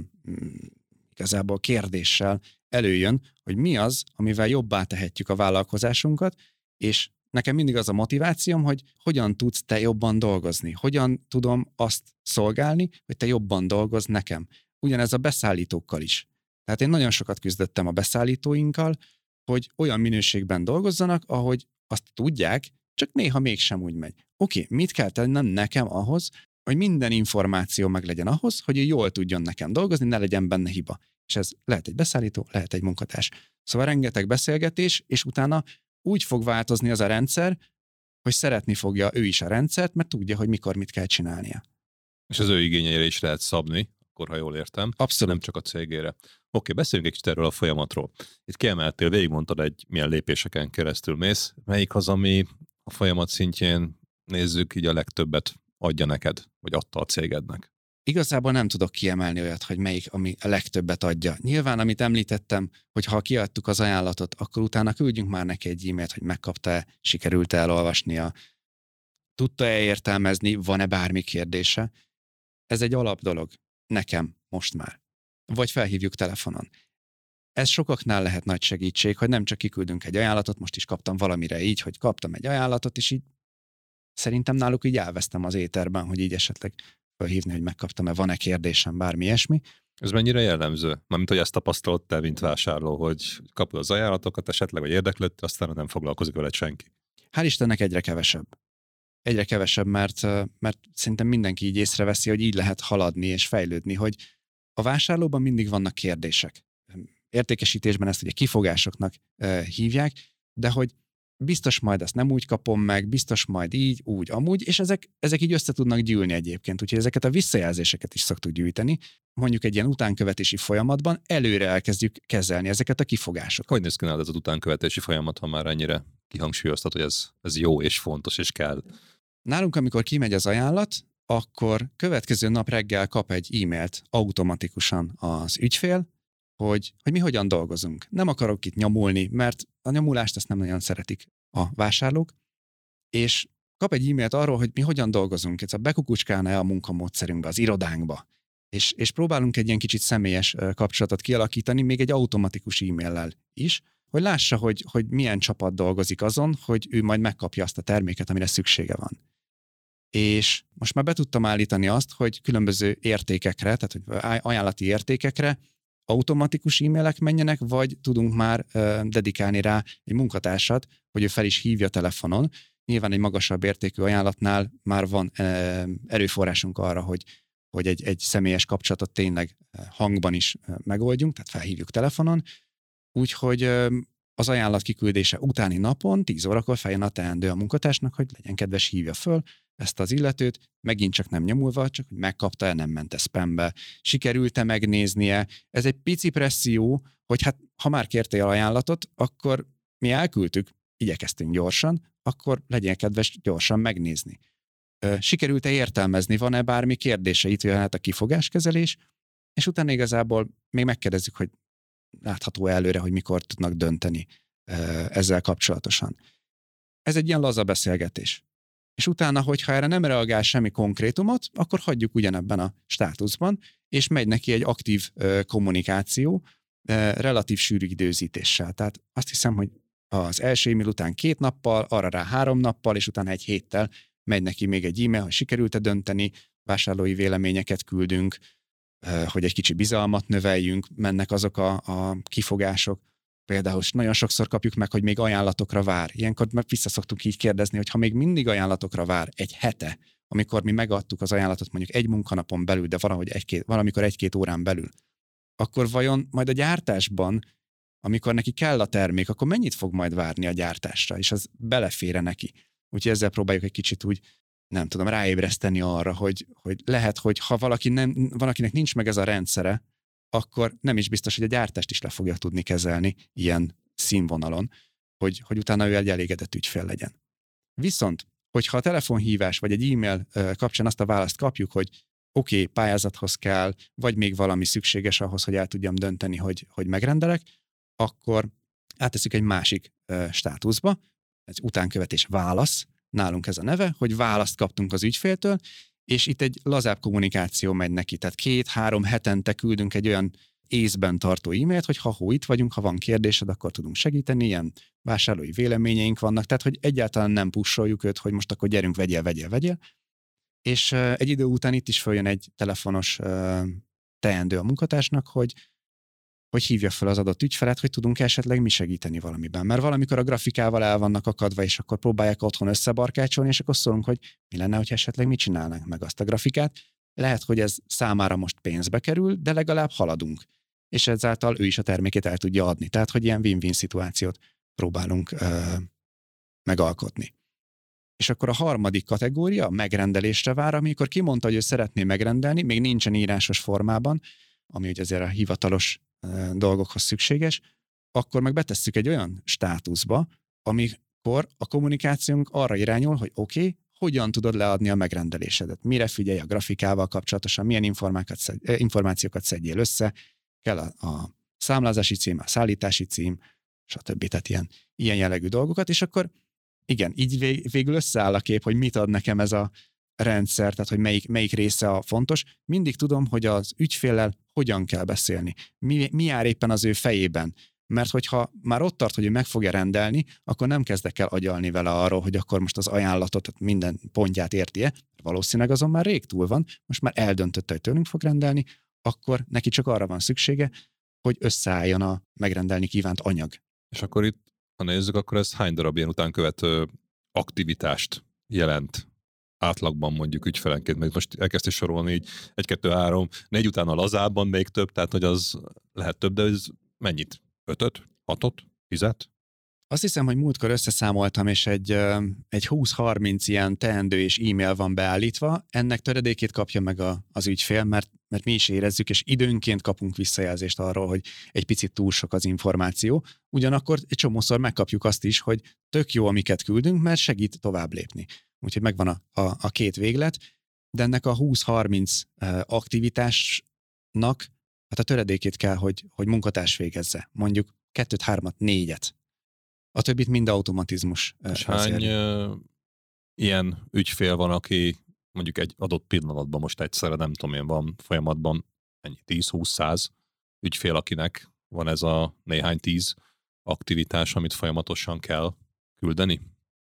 igazából kérdéssel előjön, hogy mi az, amivel jobbá tehetjük a vállalkozásunkat, és nekem mindig az a motivációm, hogy hogyan tudsz te jobban dolgozni, hogyan tudom azt szolgálni, hogy te jobban dolgozz nekem. Ugyanez a beszállítókkal is. Tehát én nagyon sokat küzdöttem a beszállítóinkkal, hogy olyan minőségben dolgozzanak, ahogy azt tudják, csak néha mégsem úgy megy. Oké, mit kell tennem nekem ahhoz, hogy minden információ meglegyen ahhoz, hogy ő jól tudjon nekem dolgozni, ne legyen benne hiba. És ez lehet egy beszállító, lehet egy munkatárs. Szóval rengeteg beszélgetés, és utána úgy fog változni az a rendszer, hogy szeretni fogja ő is a rendszert, mert tudja, hogy mikor mit kell csinálnia. És az ő igényeire is lehet szabni, akkor ha jól értem. Abszolút. Nem csak a cégére. Oké, beszéljünk egy kicsit erről a folyamatról. Itt kiemeltél, végigmondtad milyen lépéseken keresztül mész. Melyik az, ami a folyamat szintjén nézzük, így a legtöbbet adja neked, vagy adta a cégednek? Igazából nem tudok kiemelni olyat, hogy melyik, ami a legtöbbet adja. Nyilván, amit említettem, hogy ha kiadtuk az ajánlatot, akkor utána küldjünk már neki egy e-mailt, hogy megkapta-e, sikerült-e elolvasnia, tudta-e értelmezni, van-e bármi kérdése. Ez egy alap dolog. Nekem most már. Vagy felhívjuk telefonon. Ez sokaknál lehet nagy segítség, hogy nem csak kiküldünk egy ajánlatot, most is kaptam valamire így, hogy kaptam egy ajánlatot, és így szerintem náluk így elvesztem az éterben, hogy így esetleg felhívni, hogy megkaptam-e, van-e kérdésem, bármi ilyesmi. Ez mennyire jellemző? Mármint, hogy ezt tapasztalod te, mint vásárló, hogy kapod az ajánlatokat esetleg, vagy érdeklődsz, aztán nem foglalkozik veled senki. Hál' Istennek egyre kevesebb. Egyre kevesebb, mert szerintem mindenki így észreveszi, hogy így lehet haladni és fejlődni, hogy a vásárlóban mindig vannak kérdések. Értékesítésben ezt ugye kifogásoknak hívják, de hogy biztos majd ezt nem úgy kapom meg, biztos majd így, úgy, amúgy, és ezek így össze tudnak gyűlni egyébként, úgyhogy ezeket a visszajelzéseket is szoktuk gyűjteni. Mondjuk egy ilyen utánkövetési folyamatban előre elkezdjük kezelni ezeket a kifogásokat. Hogy néz ki nálad ez az utánkövetési folyamat, ha már ennyire kihangsúlyoztat, hogy ez jó és fontos és kell? Nálunk, amikor kimegy az ajánlat, akkor következő nap reggel kap egy e-mailt automatikusan az ügyfél, hogy mi hogyan dolgozunk. Nem akarok itt nyomulni, mert a nyomulást ezt nem nagyon szeretik a vásárlók, és kap egy e-mailt arról, hogy mi hogyan dolgozunk. Ez a bekukucskálna a munkamódszerünkbe, az irodánkba. És próbálunk egy ilyen kicsit személyes kapcsolatot kialakítani, még egy automatikus e-maillel is, hogy lássa, hogy milyen csapat dolgozik azon, hogy ő majd megkapja azt a terméket, amire szüksége van. És most már be tudtam állítani azt, hogy különböző értékekre, tehát hogy ajánlati értékekre automatikus e-mailek menjenek, vagy tudunk már dedikálni rá egy munkatársat, hogy ő fel is hívja telefonon. Nyilván egy magasabb értékű ajánlatnál már van erőforrásunk arra, hogy hogy egy személyes kapcsolatot tényleg hangban is megoldjunk, tehát felhívjuk telefonon, úgyhogy az ajánlat kiküldése utáni napon 10 órakor feljön a teendő a munkatársnak, hogy legyen kedves, hívja föl ezt az illetőt, megint csak nem nyomulva, csak hogy megkapta-e, nem ment-e spambe, sikerült-e megnéznie. Ez egy pici presszió, hogy hát ha már kértél ajánlatot, akkor mi elküldtük, igyekeztünk gyorsan, akkor legyen kedves gyorsan megnézni. Sikerült-e értelmezni, van-e bármi kérdése, itt jöhet a kifogáskezelés, és utána igazából még megkérdezzük, hogy látható előre, hogy mikor tudnak dönteni ezzel kapcsolatosan. Ez egy ilyen laza beszélgetés. És utána, hogyha erre nem reagál semmi konkrétumot, akkor hagyjuk ugyanebben a státuszban, és megy neki egy aktív kommunikáció, relatív sűrű időzítéssel. Tehát azt hiszem, hogy az első e-mail után 2 nappal, arra rá 3 nappal, és utána egy héttel megy neki még egy e-mail, hogy sikerült-e dönteni, vásárlói véleményeket küldünk, hogy egy kicsi bizalmat növeljünk, mennek azok a kifogások. Például nagyon sokszor kapjuk meg, hogy még ajánlatokra vár. Ilyenkor meg visszaszoktunk így kérdezni, hogy ha még mindig ajánlatokra vár egy hete, amikor mi megadtuk az ajánlatot mondjuk egy munkanapon belül, de valamikor 1-2 órán belül, akkor vajon majd a gyártásban, amikor neki kell a termék, akkor mennyit fog majd várni a gyártásra, és az belefér neki. Úgyhogy ezzel próbáljuk egy kicsit úgy, nem tudom, ráébreszteni arra, hogy lehet, hogy ha valakinek nincs meg ez a rendszere, akkor nem is biztos, hogy a gyártást is le fogja tudni kezelni ilyen színvonalon, hogy utána ő egy elégedett ügyfél legyen. Viszont, hogyha a telefonhívás vagy egy e-mail kapcsán azt a választ kapjuk, hogy oké, pályázathoz kell, vagy még valami szükséges ahhoz, hogy el tudjam dönteni, hogy megrendelek, akkor átteszük egy másik státuszba, ez utánkövetés válasz, nálunk ez a neve, hogy választ kaptunk az ügyféltől, és itt egy lazább kommunikáció megy neki, tehát 2-3 hetente küldünk egy olyan észben tartó e-mailt, hogy ha itt vagyunk, ha van kérdésed, akkor tudunk segíteni, ilyen vásárlói véleményeink vannak, tehát hogy egyáltalán nem pusoljuk őt, hogy most akkor gyerünk, vegyél, és egy idő után itt is följön egy telefonos teendő a munkatársnak, hogy hívja fel az adott ügyfelet, hogy tudunk esetleg mi segíteni valamiben. Mert valamikor a grafikával el vannak akadva, és akkor próbálják otthon összebarkácsolni, és akkor szólunk, hogy mi lenne, hogy esetleg mit csinálnánk meg azt a grafikát. Lehet, hogy ez számára most pénzbe kerül, de legalább haladunk. És ezáltal ő is a termékét el tudja adni. Tehát, hogy ilyen win-win szituációt próbálunk megalkotni. És akkor a harmadik kategória, a megrendelésre vár, amikor kimondta, hogy ő szeretné megrendelni, még nincsen írásos formában, ami ugye azért a hivatalos dolgokhoz szükséges, akkor meg betesszük egy olyan státuszba, amikor a kommunikációnk arra irányul, hogy oké, hogyan tudod leadni a megrendelésedet, mire figyelj a grafikával kapcsolatosan, milyen információkat szedjél össze, kell a számlázási cím, a szállítási cím, stb. Tehát ilyen jellegű dolgokat, és akkor igen, így végül összeáll a kép, hogy mit ad nekem ez a rendszer, tehát hogy melyik része a fontos. Mindig tudom, hogy az ügyféllel hogyan kell beszélni. Mi jár éppen az ő fejében. Mert hogyha már ott tart, hogy ő meg fogja rendelni, akkor nem kezdek el agyalni vele arról, hogy akkor most az ajánlatot, minden pontját érti-e. Valószínűleg azon már rég túl van, most már eldöntötte, hogy tőlünk fog rendelni, akkor neki csak arra van szüksége, hogy összeálljon a megrendelni kívánt anyag. És akkor itt, ha nézzük, akkor ez hány darab ilyen utánkövető aktivitást jelent átlagban mondjuk ügyfelenként, mert most elkezdte sorolni így 1, 2, 3, 4 után a lazábban még több, tehát hogy az lehet több, de ez mennyit? 5-öt? 6-ot? 10-et? Azt hiszem, hogy múltkor összeszámoltam, és egy 20-30 ilyen teendő és e-mail van beállítva. Ennek töredékét kapja meg az ügyfél, mert mi is érezzük, és időnként kapunk visszajelzést arról, hogy egy picit túl sok az információ. Ugyanakkor egy csomószor megkapjuk azt is, hogy tök jó, amiket küldünk, mert segít tovább lépni. Úgyhogy megvan a két véglet, de ennek a 20-30 aktivitásnak hát a töredékét kell, hogy munkatárs végezze. Mondjuk 2-3, 4-et. A többit mind automatizmus. És hány ilyen ügyfél van, aki mondjuk egy adott pillanatban most egyszerre, nem tudom én, van folyamatban 10-20-100 ügyfél, akinek van ez a néhány 10 aktivitás, amit folyamatosan kell küldeni?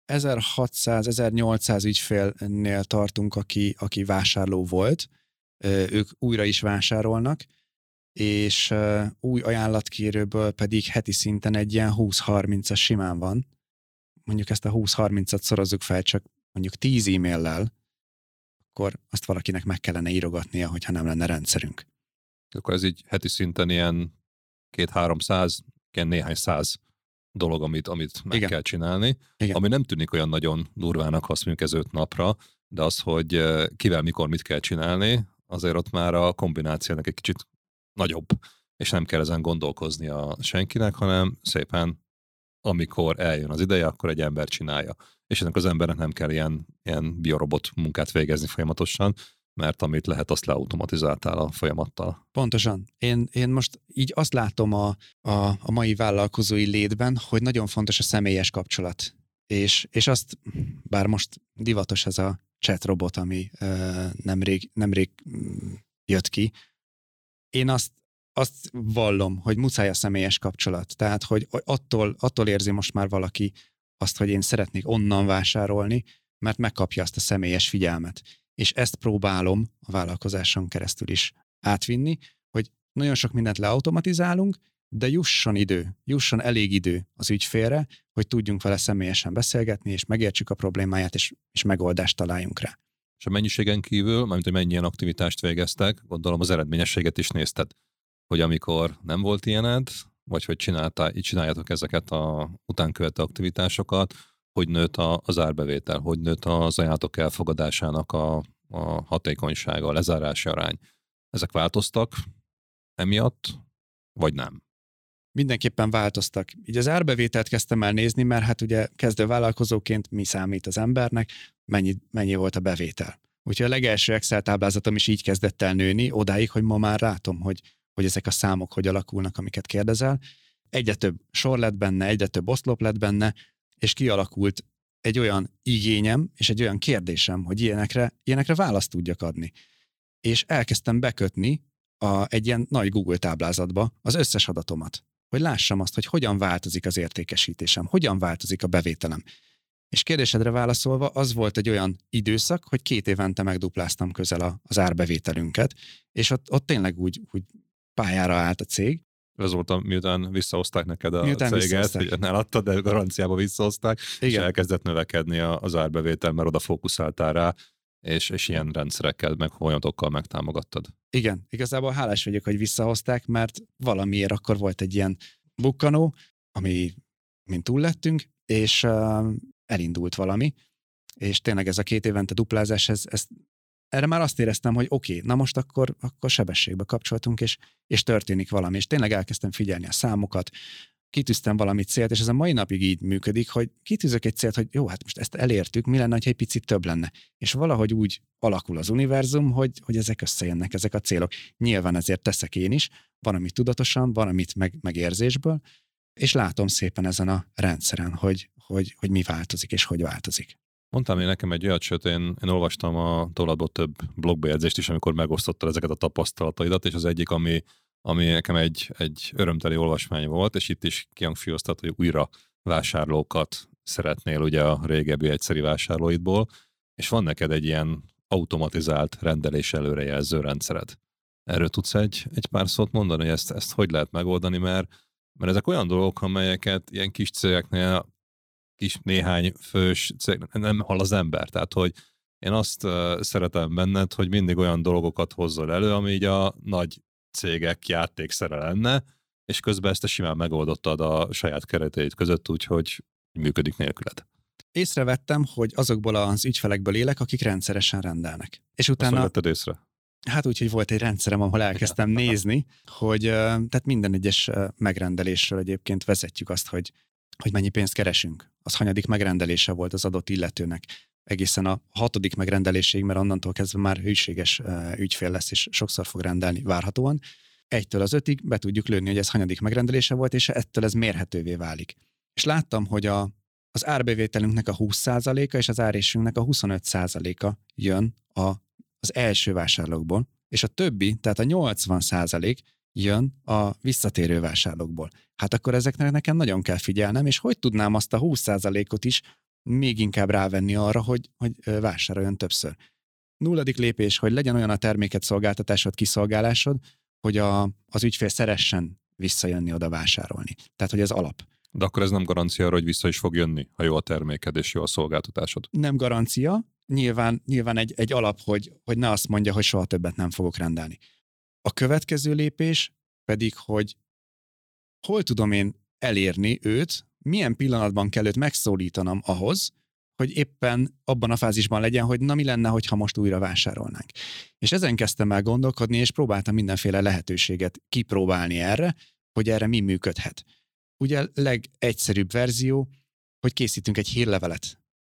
1600-1800 ügyfélnél tartunk, aki vásárló volt. Ők újra is vásárolnak, és új ajánlatkérőből pedig heti szinten egy ilyen 20-30-as simán van. Mondjuk ezt a 20-30-at szorozzuk fel csak mondjuk 10 e-maillel, akkor azt valakinek meg kellene írogatnia, hogyha nem lenne rendszerünk. Akkor ez így heti szinten ilyen 200-300, ilyen néhány száz dolog, amit meg kell csinálni, Igen. ami nem tűnik olyan nagyon durvának, ha azt mondjuk ez 5 napra, de az, hogy kivel, mikor mit kell csinálni, azért ott már a kombinációnak egy kicsit nagyobb, és nem kell ezen gondolkoznia senkinek, hanem szépen, amikor eljön az ideje, akkor egy ember csinálja. És ennek az embernek nem kell ilyen biorobot munkát végezni folyamatosan, mert amit lehet, azt leautomatizáltál a folyamattal. Pontosan. Én most így azt látom a mai vállalkozói létben, hogy nagyon fontos a személyes kapcsolat. És azt, bár most divatos ez a chat robot, ami nemrég jött ki, én azt vallom, hogy muszáj a személyes kapcsolat. Tehát, hogy attól érzi most már valaki azt, hogy én szeretnék onnan vásárolni, mert megkapja azt a személyes figyelmet. És ezt próbálom a vállalkozáson keresztül is átvinni, hogy nagyon sok mindent leautomatizálunk, de jusson elég idő az ügyfélre, hogy tudjunk vele személyesen beszélgetni, és megértsük a problémáját, és megoldást találjunk rá. És a mennyiségen kívül, mármint, hogy mennyien aktivitást végeztek, gondolom az eredményességet is nézted, hogy amikor nem volt ilyened, vagy hogy csináljátok ezeket a utánkövető aktivitásokat, hogy nőtt az árbevétel, hogy nőtt az ajánlatok elfogadásának a hatékonysága, a lezárási arány. Ezek változtak emiatt, vagy nem? Mindenképpen változtak. Így az árbevételt kezdtem el nézni, mert hát ugye kezdő vállalkozóként mi számít az embernek, mennyi volt a bevétel. Úgyhogy a legelső Excel táblázatom is így kezdett el nőni, odáig, hogy ma már látom, hogy ezek a számok hogy alakulnak, amiket kérdezel. Egyre több sor lett benne, egyre több oszlop lett benne, és kialakult egy olyan igényem, és egy olyan kérdésem, hogy ilyenekre választ tudjak adni. És elkezdtem bekötni egy ilyen nagy Google táblázatba az összes adatomat, hogy lássam azt, hogy hogyan változik az értékesítésem, hogyan változik a bevételem. És kérdésedre válaszolva, az volt egy olyan időszak, hogy 2 évente megdupláztam közel az árbevételünket, és ott tényleg úgy pályára állt a cég. Ez volt, miután visszahozták neked a céget, hogy ne adtad, de garanciába visszahozták, és elkezdett növekedni az árbevétel, mert oda fókuszáltál rá, és ilyen rendszerekkel, meg folyamatokkal megtámogattad. Igen, igazából hálás vagyok, hogy visszahozták, mert valamiért akkor volt egy ilyen bukkanó, mint túl lettünk, és elindult valami, és tényleg ez a 2 évente duplázás, erre már azt éreztem, hogy oké, na most akkor sebességbe kapcsoltunk, és történik valami, és tényleg elkezdtem figyelni a számokat, kitűztem valami célt, és ez a mai napig így működik, hogy kitűzök egy célt, hogy jó, hát most ezt elértük, mi lenne, ha egy picit több lenne. És valahogy úgy alakul az univerzum, hogy ezek összejönnek, ezek a célok. Nyilván ezért teszek én is, van, amit tudatosan, van, amit meg érzésből, és látom szépen ezen a rendszeren, hogy mi változik, és hogy változik. Mondtam én nekem egy olyat, sőt, én olvastam a tolladból több blogbejegyzést is, amikor megosztottad ezeket a tapasztalataidat, és az egyik, ami nekem egy örömteli olvasmány volt, és itt is kihangsúlyoztat, hogy újra vásárlókat szeretnél ugye a régebbi egyszeri vásárlóidból, és van neked egy ilyen automatizált rendelés előrejelző rendszered. Erről tudsz egy pár szót mondani, hogy ezt hogy lehet megoldani, mert ezek olyan dolgok, amelyeket ilyen kis cégeknél, kis néhány fős cég nem hall az ember. Tehát, hogy én azt szeretem benned, hogy mindig olyan dolgokat hozzol elő, ami így a nagy cégek játékszere lenne, és közben ezt te simán megoldottad a saját kereteid között, úgyhogy működik nélküled. Észrevettem, hogy azokból az ügyfelekből élek, akik rendszeresen rendelnek. És utána... Azt vetted észre? Hát úgy, hogy volt egy rendszerem, ahol elkezdtem nézni, hogy tehát minden egyes megrendelésről egyébként vezetjük azt, hogy mennyi pénzt keresünk. Az hanyadik megrendelése volt az adott illetőnek. Egészen a 6. megrendeléséig, mert onnantól kezdve már hűséges ügyfél lesz, és sokszor fog rendelni várhatóan. 1-től az 5-ig be tudjuk lőni, hogy ez hanyadik megrendelése volt, és ettől ez mérhetővé válik. És láttam, hogy az árbevételünknek a 20%-a és az árésünknek a 25%-a jön az első vásárlókból, és a többi, tehát a 80% jön a visszatérő vásárlókból. Hát akkor ezeknek nekem nagyon kell figyelnem, és hogy tudnám azt a 20%-ot is még inkább rávenni arra, hogy vásároljon többször. 0. lépés, hogy legyen olyan a terméket, szolgáltatásod, kiszolgálásod, hogy az ügyfél szeressen visszajönni oda vásárolni. Tehát, hogy ez alap. De akkor ez nem garancia arra, hogy vissza is fog jönni, ha jó a terméked és jó a szolgáltatásod. Nem garancia, nyilván egy alap, hogy ne azt mondja, hogy soha többet nem fogok rendelni. A következő lépés pedig, hogy hol tudom én elérni őt, milyen pillanatban kell őt megszólítanom ahhoz, hogy éppen abban a fázisban legyen, hogy na mi lenne, hogyha most újra vásárolnánk. És ezen kezdtem el gondolkodni, és próbáltam mindenféle lehetőséget kipróbálni erre, hogy erre mi működhet. Ugye legegyszerűbb verzió, hogy készítünk egy hírlevelet.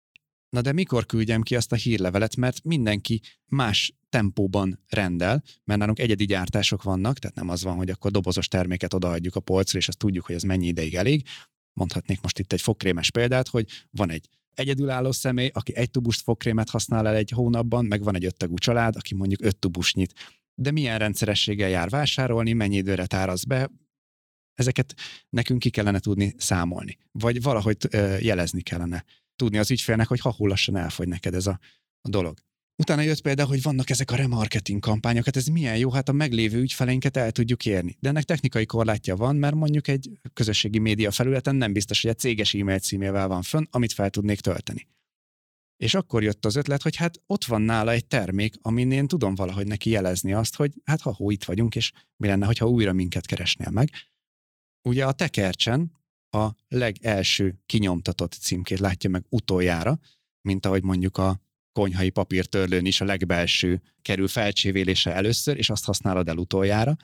Na de mikor küldjem ki azt a hírlevelet, mert mindenki más tempóban rendel, mert nálunk egyedi gyártások vannak, tehát nem az van, hogy akkor dobozos terméket odaadjuk a polcra, és azt tudjuk, hogy ez mennyi ideig elég. Mondhatnék most itt egy fogkrémes példát, hogy van egy egyedülálló személy, aki 1 tubust fogkrémet használ el egy hónapban, meg van egy 5 tagú család, aki mondjuk 5 tubust nyit. De milyen rendszerességgel jár vásárolni, mennyi időre tárasz be, ezeket nekünk ki kellene tudni számolni. Vagy valahogy jelezni kellene tudni az ügyfélnek, hogy ha lassan elfogy neked ez a dolog. Utána jött például, hogy vannak ezek a remarketing kampányok, hát ez milyen jó, hát a meglévő ügyfeleinket el tudjuk érni. De ennek technikai korlátja van, mert mondjuk egy közösségi média felületen nem biztos, hogy a céges e-mail címével van fönn, amit fel tudnék tölteni. És akkor jött az ötlet, hogy hát ott van nála egy termék, amin én tudom valahogy neki jelezni azt, hogy hát itt vagyunk, és mi lenne, hogyha újra minket keresnél meg. Ugye a tekercsen a legelső kinyomtatott címkét látja meg utoljára, mint ahogy mondjuk a konyhai papírtörlőn is a legbelső kerül felcsévélése először, és azt használod el utoljára.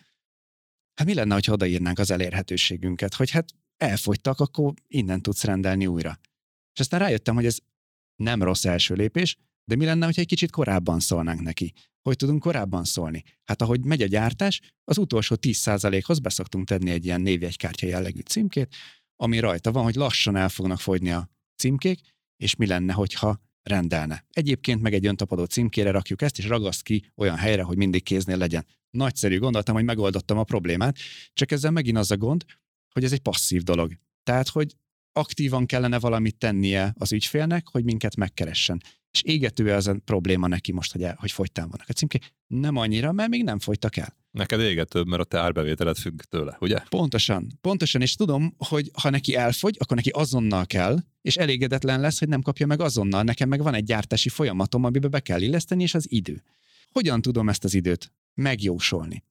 Hát mi lenne, ha odaírnánk az elérhetőségünket, hogy hát elfogytak, akkor innen tudsz rendelni újra. És aztán rájöttem, hogy ez nem rossz első lépés, de mi lenne, hogyha egy kicsit korábban szólnánk neki? Hogy tudunk korábban szólni? Hát ahogy megy a gyártás, az utolsó 10%-hoz beszoktunk tenni egy ilyen névjegykártya jellegű címkét, ami rajta van, hogy lassan el fognak fogyni a címkék, és mi lenne, hogyha rendelne. Egyébként meg egy öntapadó címkére rakjuk ezt, és ragaszt ki olyan helyre, hogy mindig kéznél legyen. Nagyszerű, gondoltam, hogy megoldottam a problémát, csak ezzel megint az a gond, hogy ez egy passzív dolog. Tehát, hogy aktívan kellene valamit tennie az ügyfélnek, hogy minket megkeressen. És égető az a probléma neki most, hogy fogytán vannak a címkék. Nem annyira, mert még nem fogytak el. Neked égetőbb, mert a te árbevételed függ tőle, ugye? Pontosan, és tudom, hogy ha neki elfogy, akkor neki azonnal kell, és elégedetlen lesz, hogy nem kapja meg azonnal. Nekem meg van egy gyártási folyamatom, amiben be kell illeszteni, és az idő. Hogyan tudom ezt az időt megjósolni?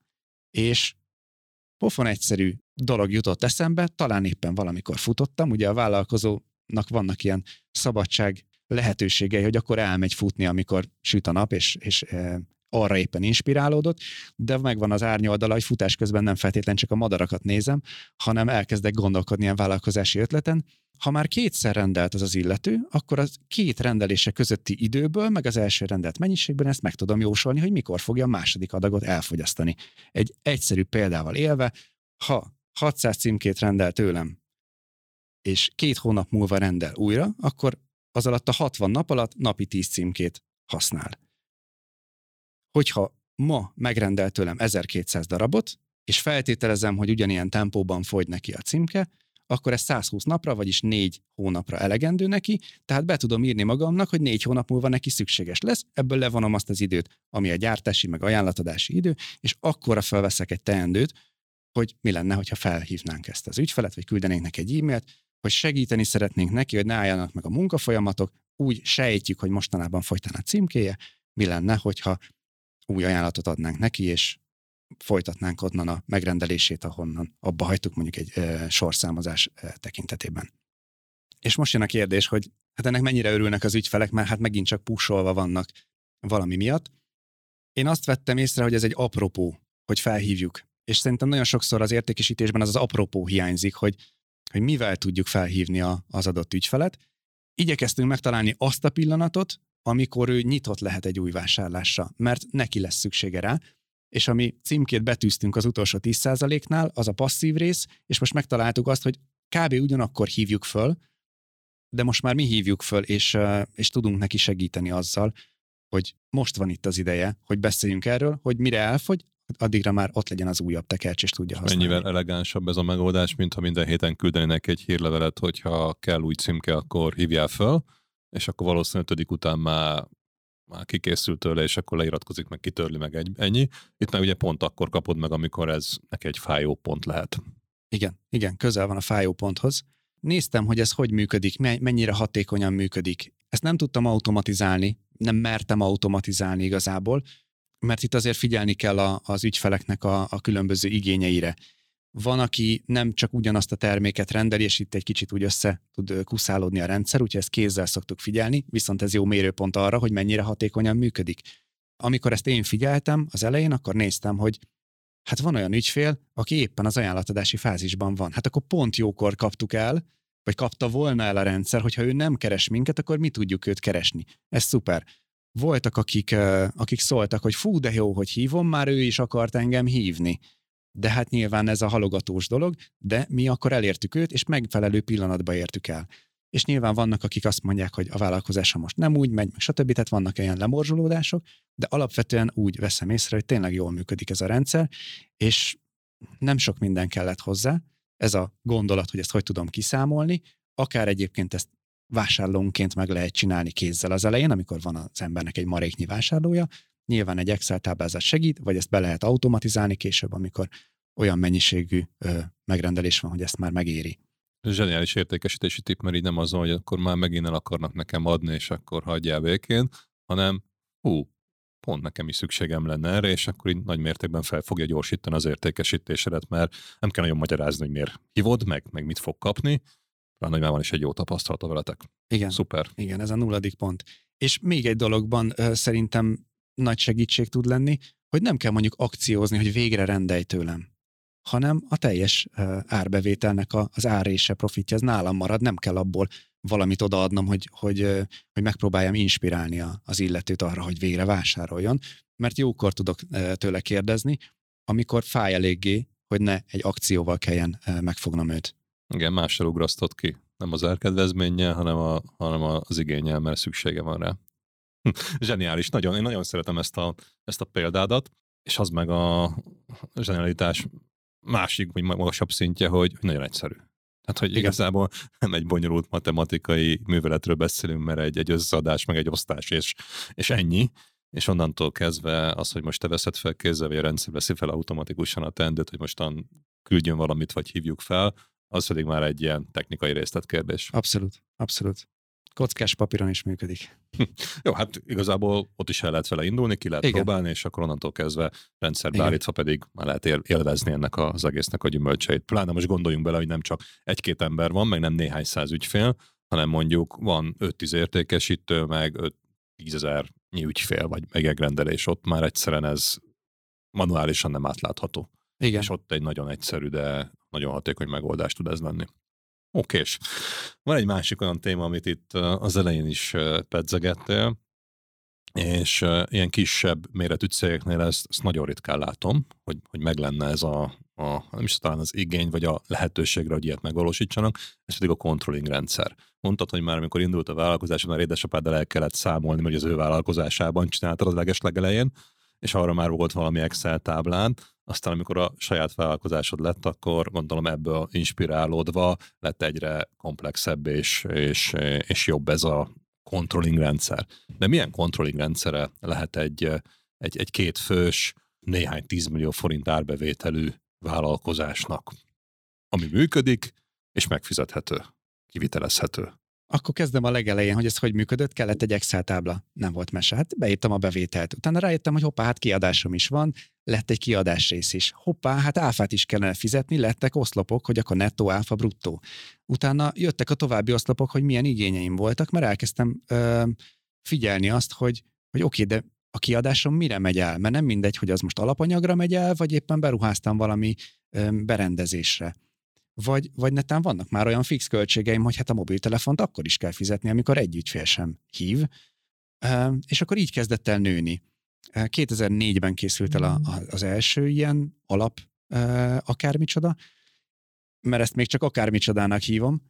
És pofon egyszerű dolog jutott eszembe, talán éppen valamikor futottam, ugye a vállalkozónak vannak ilyen szabadság lehetőségei, hogy akkor elmegy futni, amikor süt a nap, és arra éppen inspirálódott, de megvan az árnyoldala, hogy futás közben nem feltétlenül csak a madarakat nézem, hanem elkezdek gondolkodni ilyen vállalkozási ötleten. Ha már 2-szer rendelt az illető, akkor az 2 rendelése közötti időből, meg az első rendelt mennyiségben ezt meg tudom jósolni, hogy mikor fogja a második adagot elfogyasztani. Egy egyszerű példával élve, ha 600 címkét rendel tőlem, és 2 hónap múlva rendel újra, akkor az alatt a 60 nap alatt napi 10 címkét használ. Hogyha ma megrendel tőlem 1200 darabot, és feltételezem, hogy ugyanilyen tempóban fogy neki a címke, akkor ez 120 napra, vagyis 4 hónapra elegendő neki, tehát be tudom írni magamnak, hogy 4 hónap múlva neki szükséges lesz, ebből levonom azt az időt, ami a gyártási meg ajánlatadási idő, és akkorra felveszek egy teendőt, hogy mi lenne, hogyha felhívnánk ezt az ügyfelet, vagy küldenénk neki egy e-mailt, hogy segíteni szeretnénk neki, hogy ne álljanak meg a munkafolyamatok, úgy sejtjük, hogy mostanában fogytán a címkéje, mi lenne, hogyha új ajánlatot adnánk neki, és folytatnánk onnan a megrendelését, ahonnan abba hagytuk mondjuk egy sorszámozás tekintetében. És most jön a kérdés, hogy hát ennek mennyire örülnek az ügyfelek, mert hát megint csak pusolva vannak valami miatt. Én azt vettem észre, hogy ez egy apropó, hogy felhívjuk. És szerintem nagyon sokszor az értékesítésben az apropó hiányzik, hogy mivel tudjuk felhívni az adott ügyfelet. Igyekeztünk megtalálni azt a pillanatot, amikor ő nyitott lehet egy új vásárlásra, mert neki lesz szüksége rá, és ami címkét betűztünk az utolsó 10%-nál, az a passzív rész, és most megtaláltuk azt, hogy kb. Ugyanakkor hívjuk föl, de most már mi hívjuk föl, és tudunk neki segíteni azzal, hogy most van itt az ideje, hogy beszéljünk erről, hogy mire elfogy, addigra már ott legyen az újabb tekercs, és tudja használni. Mennyivel elegánsabb ez a megoldás, mint ha minden héten küldenének egy hírlevelet, hogyha kell új címke, akkor hívjál föl, és akkor valószínűleg 5. után már kikészült tőle, és akkor leiratkozik, meg kitörli, meg ennyi. Itt meg ugye pont akkor kapod meg, amikor ez neki egy fájó pont lehet. Igen, közel van a fájó ponthoz. Néztem, hogy ez hogy működik, mennyire hatékonyan működik. Ezt nem tudtam automatizálni, nem mertem automatizálni igazából, mert itt azért figyelni kell az ügyfeleknek a különböző igényeire. Van, aki nem csak ugyanazt a terméket rendeli, és itt egy kicsit úgy össze tud kuszálódni a rendszer, úgyhogy ezt kézzel szoktuk figyelni, viszont ez jó mérőpont arra, hogy mennyire hatékonyan működik. Amikor ezt én figyeltem az elején, akkor néztem, hogy hát van olyan ügyfél, aki éppen az ajánlatadási fázisban van. Hát akkor pont jókor kaptuk el, vagy kapta volna el a rendszer, hogyha ő nem keres minket, akkor mi tudjuk őt keresni. Ez szuper. Voltak, akik szóltak, hogy fú, de jó, hogy hívom, már ő is akart engem hívni. De hát nyilván ez a halogatós dolog, de mi akkor elértük őt, és megfelelő pillanatba értük el. És nyilván vannak, akik azt mondják, hogy a vállalkozása most nem úgy megy, stb. Tehát vannak ilyen lemorzsolódások, de alapvetően úgy veszem észre, hogy tényleg jól működik ez a rendszer, és nem sok minden kellett hozzá. Ez a gondolat, hogy ezt hogy tudom kiszámolni, akár egyébként ezt vásárlónként meg lehet csinálni kézzel az elején, amikor van az embernek egy maréknyi vásárlója. Nyilván egy Excel táblázat segít, vagy ezt be lehet automatizálni később, amikor olyan mennyiségű megrendelés van, hogy ezt már megéri. Zseniális értékesítési tipp, mert így nem az, hogy akkor már megint el akarnak nekem adni, és akkor hagyjál békén, hanem pont nekem is szükségem lenne erre, és akkor így nagy mértékben fel fogja gyorsítani az értékesítésedet, mert nem kell nagyon magyarázni, hogy miért hívod, meg mit fog kapni, pláne, hogy már van is egy jó tapasztalata veletek. Igen. Szuper. Igen, ez a 0. pont. És még egy dologban szerintem nagy segítség tud lenni, hogy nem kell mondjuk akciózni, hogy végre rendelj tőlem, hanem a teljes árbevételnek az árrése, profitja, ez nálam marad, nem kell abból valamit odaadnom, hogy megpróbáljam inspirálni az illetőt arra, hogy végre vásároljon, mert jókor tudok tőle kérdezni, amikor fáj eléggé, hogy ne egy akcióval kelljen megfognom őt. Igen, mással ugrasztott ki. Nem az árkedvezménnyel, hanem az igénnyel, mert szüksége van rá. Zseniális. Én nagyon szeretem ezt a példádat, és az meg a zsenialitás másik, vagy magasabb szintje, hogy nagyon egyszerű. Tehát, hogy igazából nem egy bonyolult matematikai műveletről beszélünk, mert egy összeadás, meg egy osztás, és ennyi. És onnantól kezdve az, hogy most te veszed fel kézzel, vagy a rendszer veszi fel automatikusan a teendőt, hogy mostan küldjön valamit, vagy hívjuk fel, az pedig már egy ilyen technikai részletkérdés. Abszolút, abszolút. Kockás papíron is működik. Jó, hát igazából ott is el lehet vele indulni, ki lehet próbálni, és akkor onnantól kezdve rendszerbe állítva pedig már lehet élvezni ennek az egésznek a gyümölcseit. Pláne most gondoljunk bele, hogy nem csak egy-két ember van, meg nem néhány száz ügyfél, hanem mondjuk van 5-10 értékesítő, meg 5-10 ezernyi ügyfél, vagy megrendelés, ott már egyszerűen ez manuálisan nem átlátható. Igen. És ott egy nagyon egyszerű, de nagyon hatékony megoldást tud ez lenni. Okés. Van egy másik olyan téma, amit itt az elején is pedzegettél, és ilyen kisebb méretű cégeknél ezt nagyon ritkán látom, hogy meg lenne ez nem is talán az igény, vagy a lehetőségre, hogy ilyet megvalósítsanak, ez pedig a controlling rendszer. Mondtad, hogy már amikor indult a vállalkozás, már édesapáddal el kellett számolni, hogy az ő vállalkozásában csináltad az legelején, és arra már volt valami Excel táblán, aztán amikor a saját vállalkozásod lett, akkor gondolom ebből inspirálódva lett egyre komplexebb és jobb ez a controlling rendszer. De milyen controlling rendszere lehet egy kétfős, néhány 10 millió forint árbevételű vállalkozásnak, ami működik, és megfizethető, kivitelezhető? Akkor kezdem a legelején, hogy ez hogy működött, kellett egy Excel tábla. Nem volt mese. Hát beírtam a bevételt. Utána rájöttem, hogy hoppá, hát kiadásom is van, lett egy kiadásrész is. Hoppá, hát áfát is kellene fizetni, lettek oszlopok, hogy akkor nettó, áfa, bruttó. Utána jöttek a további oszlopok, hogy milyen igényeim voltak, mert elkezdtem figyelni azt, hogy oké, de a kiadásom mire megy el? Mert nem mindegy, hogy az most alapanyagra megy el, vagy éppen beruháztam valami berendezésre. Vagy netán vannak már olyan fix költségeim, hogy hát a mobiltelefont akkor is kell fizetni, amikor egy ügyfél sem hív. És akkor így kezdett el nőni. 2004-ben készült el az első ilyen alap akármicsoda, mert ezt még csak akármicsodának hívom.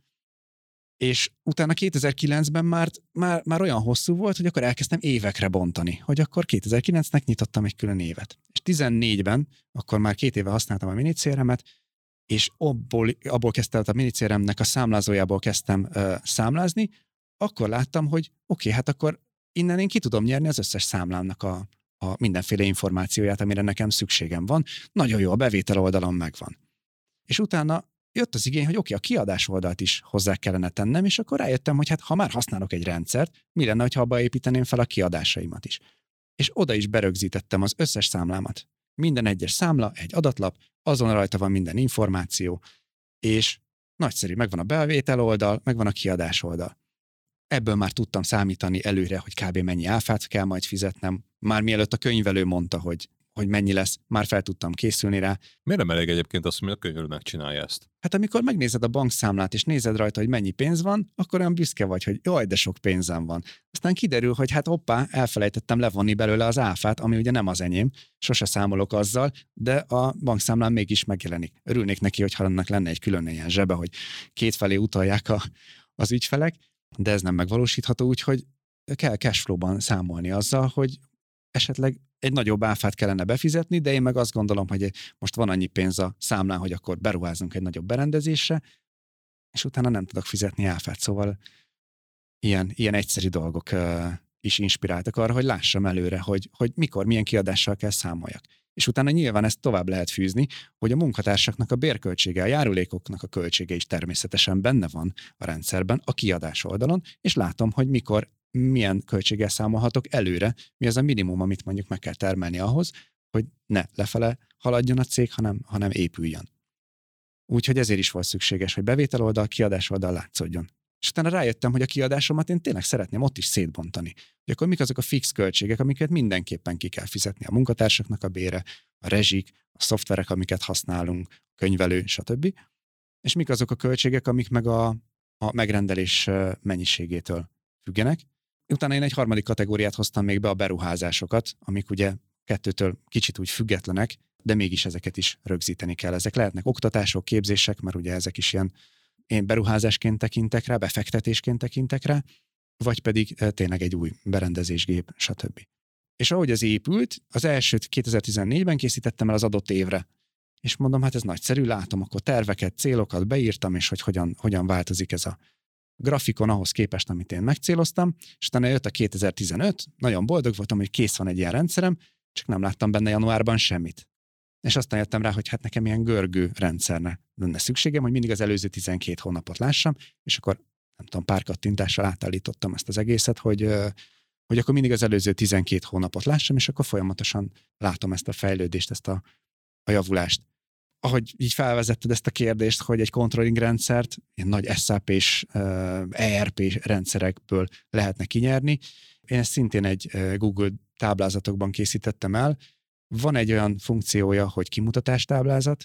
És utána 2009-ben már olyan hosszú volt, hogy akkor elkezdtem évekre bontani, hogy akkor 2009-nek nyitottam egy külön évet. És 14-ben, akkor már 2 éve használtam a minicéremet, és abból kezdtem a minicéremnek a számlázójából kezdtem számlázni, akkor láttam, hogy oké, hát akkor innen én ki tudom nyerni az összes számlámnak a mindenféle információját, amire nekem szükségem van. Nagyon jó, a bevétel oldalon megvan. És utána jött az igény, hogy oké, a kiadás oldalt is hozzá kellene tennem, és akkor rájöttem, hogy hát ha már használok egy rendszert, mi lenne, ha abba építeném fel a kiadásaimat is. És oda is berögzítettem az összes számlámat. Minden egyes számla, egy adatlap, azon rajta van minden információ, és nagyszerű, megvan a bevétel oldal, megvan a kiadás oldal. Ebből már tudtam számítani előre, hogy kb. Mennyi áfát kell majd fizetnem. Már mielőtt a könyvelő mondta, hogy mennyi lesz, már fel tudtam készülni rá. Miért nem elég egyébként azt, hogy a könyvelő megcsinálja ezt? Hát amikor megnézed a bankszámlát, és nézed rajta, hogy mennyi pénz van, akkor olyan büszke vagy, hogy jaj, de sok pénzem van. Aztán kiderül, hogy hát hoppá, elfelejtettem levonni belőle az áfát, ami ugye nem az enyém, sose számolok azzal, de a bankszámlán mégis megjelenik. Örülnék neki, hogy annak lenne egy külön ilyen zsebe, hogy kétfelé utalják az ügyfelek, de ez nem megvalósítható, úgyhogy kell cashflow-ban számolni azzal, hogy esetleg egy nagyobb áfát kellene befizetni, de én meg azt gondolom, hogy most van annyi pénz a számlán, hogy akkor beruházunk egy nagyobb berendezésre, és utána nem tudok fizetni áfát. Szóval ilyen egyszerű dolgok is inspiráltak arra, hogy lássam előre, hogy mikor, milyen kiadással kell számoljak. És utána nyilván ezt tovább lehet fűzni, hogy a munkatársaknak a bérköltsége, a járulékoknak a költsége is természetesen benne van a rendszerben, a kiadás oldalon, és látom, hogy mikor milyen költséggel számolhatok előre, mi az a minimum, amit mondjuk meg kell termelni ahhoz, hogy ne lefele haladjon a cég, hanem épüljön. Úgyhogy ezért is volt szükséges, hogy bevétel oldal, kiadás oldal látszódjon. És utána rájöttem, hogy a kiadásomat én tényleg szeretném ott is szétbontani. Hogy akkor mik azok a fix költségek, amiket mindenképpen ki kell fizetni. A munkatársaknak a bére, a rezsik, a szoftverek, amiket használunk, a könyvelő, stb. És mik azok a költségek, amik meg a megrendelés mennyiségétől függenek. Utána én egy harmadik kategóriát hoztam még be, a beruházásokat, amik ugye kettőtől kicsit úgy függetlenek, de mégis ezeket is rögzíteni kell. Ezek lehetnek oktatások, képzések, mert ugye ezek is ilyen, én beruházásként tekintek rá, befektetésként tekintek rá, vagy pedig tényleg egy új berendezésgép, stb. És ahogy ez épült, az elsőt 2014-ben készítettem el az adott évre. És mondom, hát ez nagyszerű, látom, akkor terveket, célokat beírtam, és hogy hogyan változik ez a grafikon ahhoz képest, amit én megcéloztam, és utána jött a 2015, nagyon boldog voltam, hogy kész van egy ilyen rendszerem, csak nem láttam benne januárban semmit. És aztán jöttem rá, hogy hát nekem ilyen görgő rendszernek lenne szükségem, hogy mindig az előző 12 hónapot lássam, és akkor nem tudom, pár kattintással átállítottam ezt az egészet, hogy akkor mindig az előző 12 hónapot lássam, és akkor folyamatosan látom ezt a fejlődést, ezt a javulást. Ahogy így felvezetted ezt a kérdést, hogy egy controlling rendszert ilyen nagy SAP-s, ERP rendszerekből lehetne kinyerni. Én ezt szintén egy Google táblázatokban készítettem el. Van egy olyan funkciója, hogy kimutatástáblázat,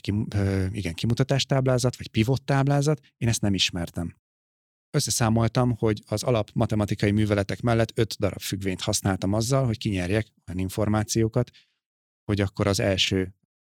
kimutatástáblázat, vagy pivot táblázat. Én ezt nem ismertem. Összeszámoltam, hogy az alap matematikai műveletek mellett 5 darab függvényt használtam azzal, hogy kinyerjek olyan információkat, hogy akkor az első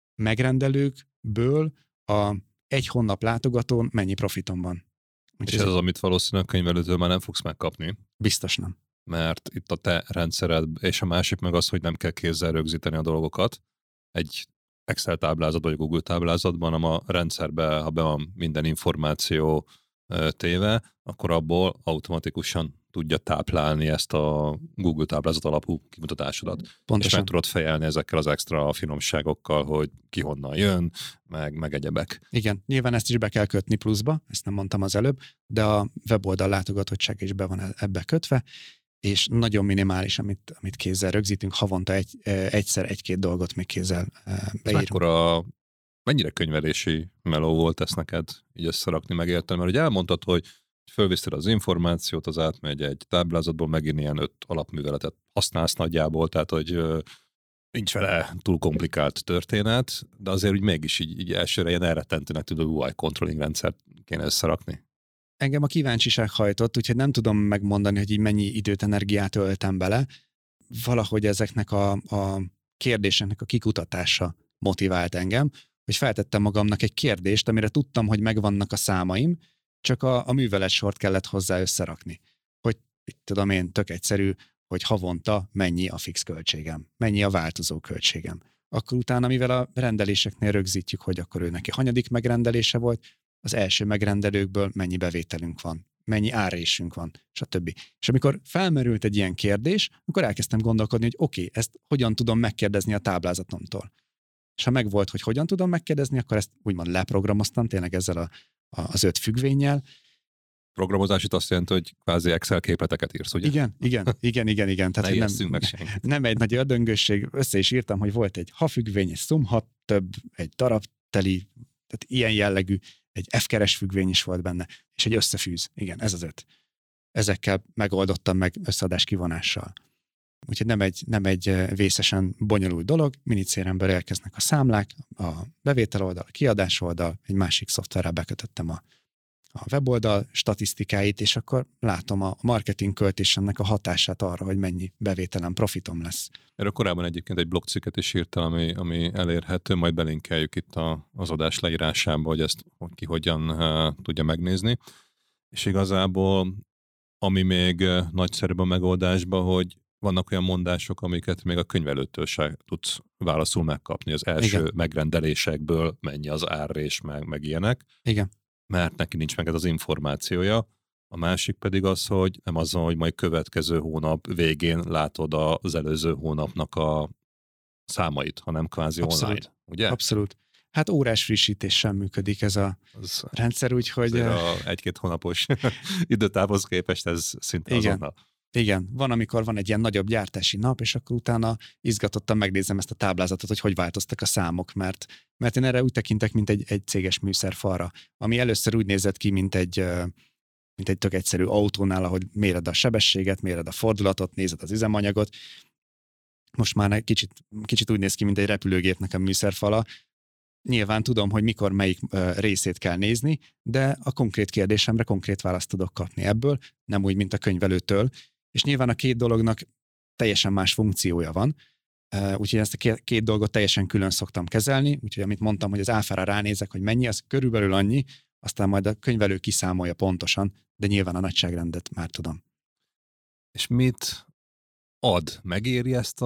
megrendelőkből egy honlap látogatón mennyi profitom van. És ez az, amit valószínűleg a könyvelőtől már nem fogsz megkapni. Biztos nem. Mert itt a te rendszered, és a másik meg az, hogy nem kell kézzel rögzíteni a dolgokat. Egy Excel táblázat vagy Google táblázatban, hanem a rendszerbe, ha be van minden információ téve, akkor abból automatikusan tudja táplálni ezt a Google táblázat alapú kimutatásodat. Pontosan. És meg tudod fejelni ezekkel az extra finomságokkal, hogy ki honnan jön, meg egyebek. Igen, nyilván ezt is be kell kötni pluszba, ezt nem mondtam az előbb, de a weboldal látogatottság is be van ebbe kötve, és nagyon minimális, amit kézzel rögzítünk, havonta egyszer egy-két dolgot még kézzel beírunk. Mennyire könyvelési meló volt ezt neked így összerakni, megértem? Mert ugye elmondtad, hogy fölviszed az információt, az átmegy egy táblázatból, megint ilyen 5 alapműveletet használsz nagyjából, tehát hogy nincs vele túl komplikált történet, de azért úgy mégis így elsőre ilyen elrettentőnek tudod, UI controlling rendszert kéne összerakni. Engem a kíváncsiság hajtott, úgyhogy nem tudom megmondani, hogy így mennyi időt, energiát öltem bele. Valahogy ezeknek a kérdéseknek a kikutatása motivált engem, hogy feltettem magamnak egy kérdést, amire tudtam, hogy megvannak a számaim, csak a műveletsort kellett hozzá összerakni. Hogy tudom én, tök egyszerű, hogy havonta mennyi a fix költségem, mennyi a változó költségem. Akkor utána, mivel a rendeléseknél rögzítjük, hogy akkor ő neki hanyadik megrendelése volt, az első megrendelőkből mennyi bevételünk van, mennyi árrésünk van, stb. És amikor felmerült egy ilyen kérdés, akkor elkezdtem gondolkodni, hogy oké, ezt hogyan tudom megkérdezni a táblázatomtól. és ha megvolt, hogy hogyan tudom megkérdezni, akkor ezt úgymond leprogramoztam, tényleg ezzel az 5 függvénnyel. Programozás itt azt jelenti, hogy kvázi Excel képleteket írsz, ugye? Igen. Tehát, nem egy nagy ördöngösség, össze is írtam, hogy volt egy ha függvény, egy szumha több, egy darabteli, tehát ilyen jellegű, egy F-keres függvény is volt benne, és egy összefűz. Igen, ez az 5. Ezekkel megoldottam meg összeadás kivonással. Úgyhogy nem egy vészesen bonyolult dolog, minicéremből érkeznek a számlák, a bevétel oldal, a kiadás oldal, egy másik szoftverrel bekötöttem a weboldal statisztikáit, és akkor látom a marketing költésemnek a hatását arra, hogy mennyi bevételem, profitom lesz. Erről korábban egyébként egy blogcikket is írtam, ami elérhető, majd belinkeljük itt az adás leírásába, hogy ezt ki hogyan tudja megnézni. És igazából, ami még nagyszerűbb a megoldásban, hogy vannak olyan mondások, amiket még a könyvelőtől se tudsz válaszul megkapni. Az első megrendelésekből mennyi az árrés, meg ilyenek. Igen. Mert neki nincs meg ez az információja. A másik pedig az, hogy nem azon, hogy majd következő hónap végén látod az előző hónapnak a számait, hanem kvázi online. Ugye? Abszolút. Hát órás frissítés sem működik ez a rendszer, úgyhogy... A 1-2 hónapos időtávhoz képest ez szinte azonnal. Igen, van, amikor van egy ilyen nagyobb gyártási nap, és akkor utána izgatottan megnézem ezt a táblázatot, hogy változtak a számok, mert én erre úgy tekintek, mint egy céges műszerfalra, ami először úgy nézett ki, mint egy tök egyszerű autónál, ahogy méred a sebességet, méred a fordulatot, nézed az üzemanyagot. Most már kicsit úgy néz ki, mint egy repülőgépnek a műszerfala. Nyilván tudom, hogy mikor melyik részét kell nézni, de a konkrét kérdésemre konkrét választ tudok kapni ebből, nem úgy, mint a könyvelőtől. És nyilván a 2 dolognak teljesen más funkciója van, úgyhogy ezt a 2 dolgot teljesen külön szoktam kezelni, úgyhogy amit mondtam, hogy az áfára ránézek, hogy mennyi, az körülbelül annyi, aztán majd a könyvelő kiszámolja pontosan, de nyilván a nagyságrendet már tudom. És mit ad? Megéri ezt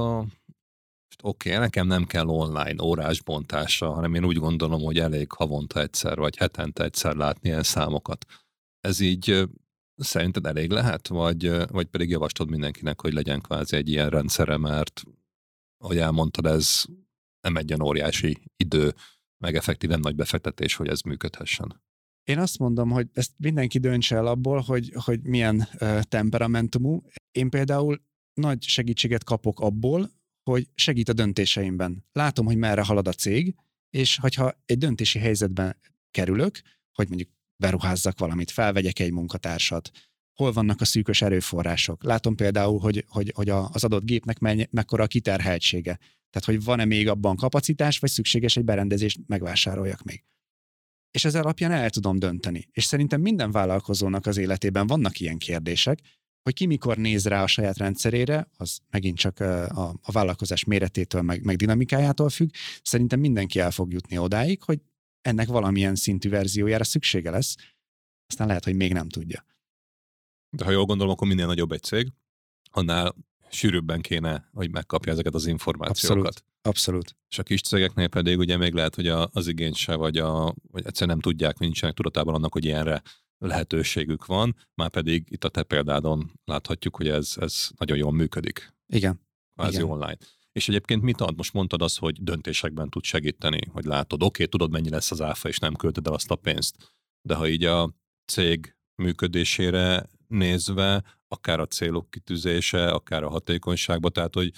Oké, nekem nem kell online órás bontása, hanem én úgy gondolom, hogy elég havonta egyszer, vagy hetente egyszer látni ilyen számokat. Ez így szerinted elég lehet? Vagy pedig javaslod mindenkinek, hogy legyen kvázi egy ilyen rendszere, mert ahogy elmondtad, ez nem egy olyan óriási idő, meg effektíven nagy befektetés, hogy ez működhessen. Én azt mondom, hogy ezt mindenki döntse el abból, hogy milyen temperamentumú. Én például nagy segítséget kapok abból, hogy segít a döntéseimben. Látom, hogy merre halad a cég, és hogyha egy döntési helyzetben kerülök, hogy mondjuk beruházzak valamit, felvegyek egy munkatársat, hol vannak a szűkös erőforrások. Látom például, hogy az adott gépnek mekkora a kiterheltsége. Tehát, hogy van-e még abban kapacitás, vagy szükséges egy berendezést megvásároljak még. És ez alapján el tudom dönteni. És szerintem minden vállalkozónak az életében vannak ilyen kérdések, hogy ki mikor néz rá a saját rendszerére, az megint csak a vállalkozás méretétől, meg dinamikájától függ. Szerintem mindenki el fog jutni odáig, hogy ennek valamilyen szintű verziójára szüksége lesz, aztán lehet, hogy még nem tudja. De ha jól gondolom, akkor minél nagyobb egy cég, annál sűrűbben kéne, hogy megkapja ezeket az információkat. Abszolút. És a kis cégeknél pedig ugye még lehet, hogy az igény se, vagy egyszerűen nem tudják, nincsenek tudatában annak, hogy ilyenre lehetőségük van, már pedig itt a te példádon láthatjuk, hogy ez nagyon jól működik. Igen. Kvázi online. És egyébként mit ad? Most mondtad azt, hogy döntésekben tud segíteni, hogy látod, oké, tudod, mennyi lesz az áfa, és nem költöd el azt a pénzt. De ha így a cég működésére nézve, akár a célok kitűzése, akár a hatékonyságba, tehát, hogy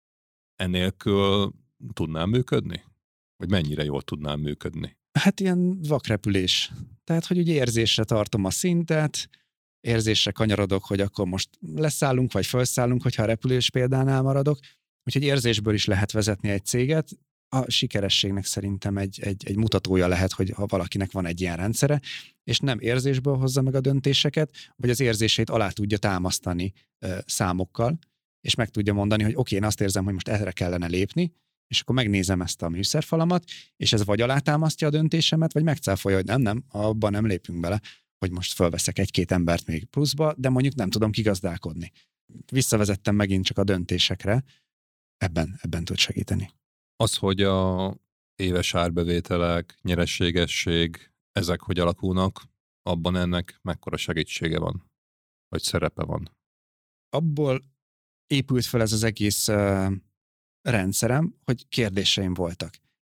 ennélkül tudnám működni? Vagy mennyire jól tudnám működni? Hát ilyen vakrepülés. Tehát, hogy ugye érzésre tartom a szintet, érzésre kanyarodok, hogy akkor most leszállunk, vagy felszállunk, hogyha a repülés példánál maradok. Úgyhogy érzésből is lehet vezetni egy céget. A sikerességnek szerintem egy mutatója lehet, hogy ha valakinek van egy ilyen rendszere, és nem érzésből hozza meg a döntéseket, vagy az érzését alá tudja támasztani számokkal, és meg tudja mondani, hogy oké, én azt érzem, hogy most erre kellene lépni, és akkor megnézem ezt a műszerfalamat, és ez vagy alátámasztja a döntésemet, vagy megcáfolja, hogy nem, abban nem lépünk bele, hogy most fölveszek 1-2 embert még pluszba, de mondjuk nem tudom kigazdálkodni. Visszavezettem megint csak a döntésekre, ebben tud segíteni. Az, hogy a éves árbevételek, nyereségesség, ezek hogy alakulnak, abban ennek mekkora segítsége van, vagy szerepe van? Abból épült fel ez az egész rendszerem, hogy kérdéseim voltak.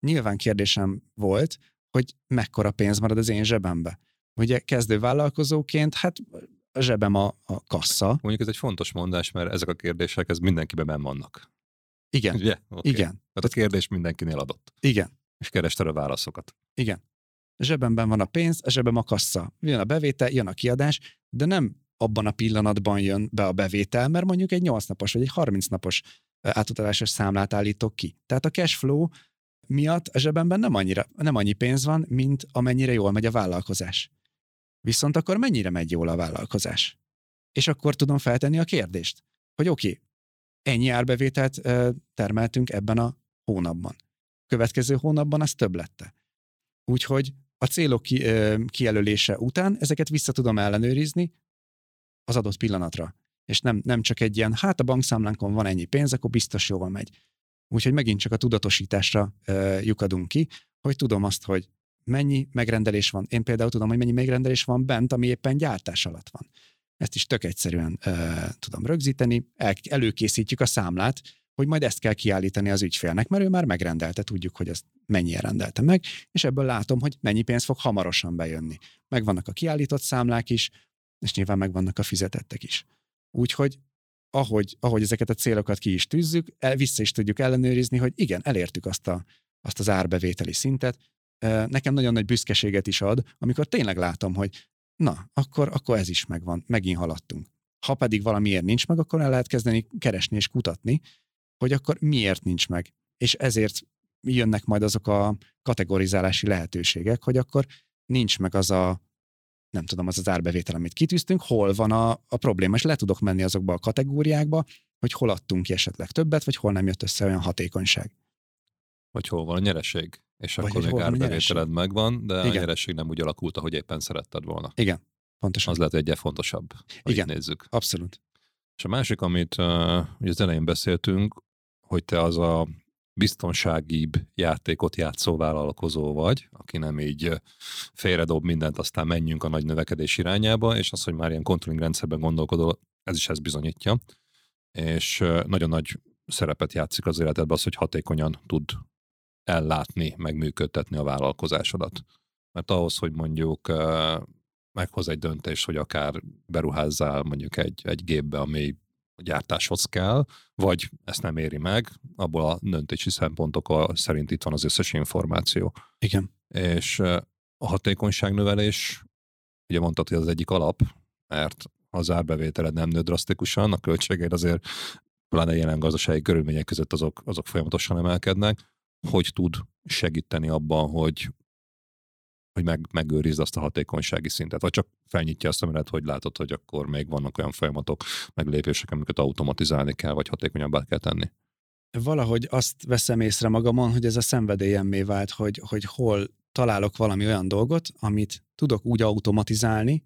nyilván kérdésem volt, hogy mekkora pénz marad az én zsebembe. Ugye kezdő vállalkozóként, hát a zsebem a kassa. Mondjuk ez egy fontos mondás, mert ezek a kérdések, ez mindenkiben benn vannak. Igen. Ugye? Okay. Igen. Tehát a kérdés mindenkinél adott. Igen. És kerested a válaszokat. Igen. A zsebemben van a pénz, a zsebem a kassa. Jön a bevétel, jön a kiadás, de nem abban a pillanatban jön be a bevétel, mert mondjuk egy 8 napos vagy egy 30 napos átutalásos számlát állítok ki. Tehát a cash flow miatt a zsebemben nem annyi pénz van, mint amennyire jól megy a vállalkozás. Viszont akkor mennyire megy jól a vállalkozás? És akkor tudom feltenni a kérdést, hogy oké, ennyi árbevételt termeltünk ebben a hónapban. Következő hónapban az több lett. Úgyhogy a célok kijelölése után ezeket vissza tudom ellenőrizni az adott pillanatra. És nem csak egy ilyen, hát a bankszámlánkon van ennyi pénz, akkor biztos jól megy. Úgyhogy megint csak a tudatosításra lyukadunk ki, hogy tudom azt, hogy mennyi megrendelés van. Én például tudom, hogy mennyi megrendelés van bent, ami éppen gyártás alatt van. Ezt is tök egyszerűen tudom rögzíteni, előkészítjük a számlát, hogy majd ezt kell kiállítani az ügyfélnek, mert ő már megrendelte, tudjuk, hogy ezt mennyien rendelte meg, és ebből látom, hogy mennyi pénz fog hamarosan bejönni. Megvannak a kiállított számlák is, és nyilván megvannak a fizetettek is. Úgyhogy ahogy ezeket a célokat ki is tűzzük, vissza is tudjuk ellenőrizni, hogy igen, elértük azt az árbevételi szintet. Nekem nagyon nagy büszkeséget is ad, amikor tényleg látom, hogy na, akkor ez is megvan, megint haladtunk. Ha pedig valamiért nincs meg, akkor el lehet kezdeni keresni és kutatni, hogy akkor miért nincs meg. És ezért jönnek majd azok a kategorizálási lehetőségek, hogy akkor nincs meg az az árbevétel, amit kitűztünk, hol van a probléma, és le tudok menni azokba a kategóriákba, hogy hol adtunk ki esetleg többet, vagy hol nem jött össze olyan hatékonyság. Vagy hol van a nyereség, és Vagy akkor még árbevételed megvan, de igen. A nyereség nem úgy alakult, ahogy éppen szeretted volna. Igen, pontosan. Az lehet egyre fontosabb, ha így nézzük. Abszolút. És a másik, amit ugye az elején beszéltünk, hogy te az a biztonságibb játékot játszó vállalkozó vagy, aki nem így félredob mindent, aztán menjünk a nagy növekedés irányába, és az, hogy már ilyen controlling rendszerben gondolkodol, ez is ezt bizonyítja. És nagyon nagy szerepet játszik az életedben az, hogy hatékonyan tud ellátni, megműködtetni a vállalkozásodat. Mert ahhoz, hogy mondjuk meghoz egy döntés, hogy akár beruházzál mondjuk egy gépbe, ami a gyártáshoz kell, vagy ezt nem éri meg, abból a döntési szempontok szerint itt van az összes információ. Igen. És a hatékonyságnövelés, ugye mondtad, hogy az egyik alap, mert ha az árbevételed nem nő drasztikusan, a költségeid azért pláne jelen gazdasági körülmények között azok folyamatosan emelkednek, hogy tud segíteni abban, hogy megőrizd azt a hatékonysági szintet, vagy csak felnyitja azt a menet, hogy látod, hogy akkor még vannak olyan folyamatok, meg lépések, amiket automatizálni kell, vagy hatékonyabbá kell tenni. Valahogy azt veszem észre magamon, hogy ez a szenvedélyemmé vált, hogy hol találok valami olyan dolgot, amit tudok úgy automatizálni,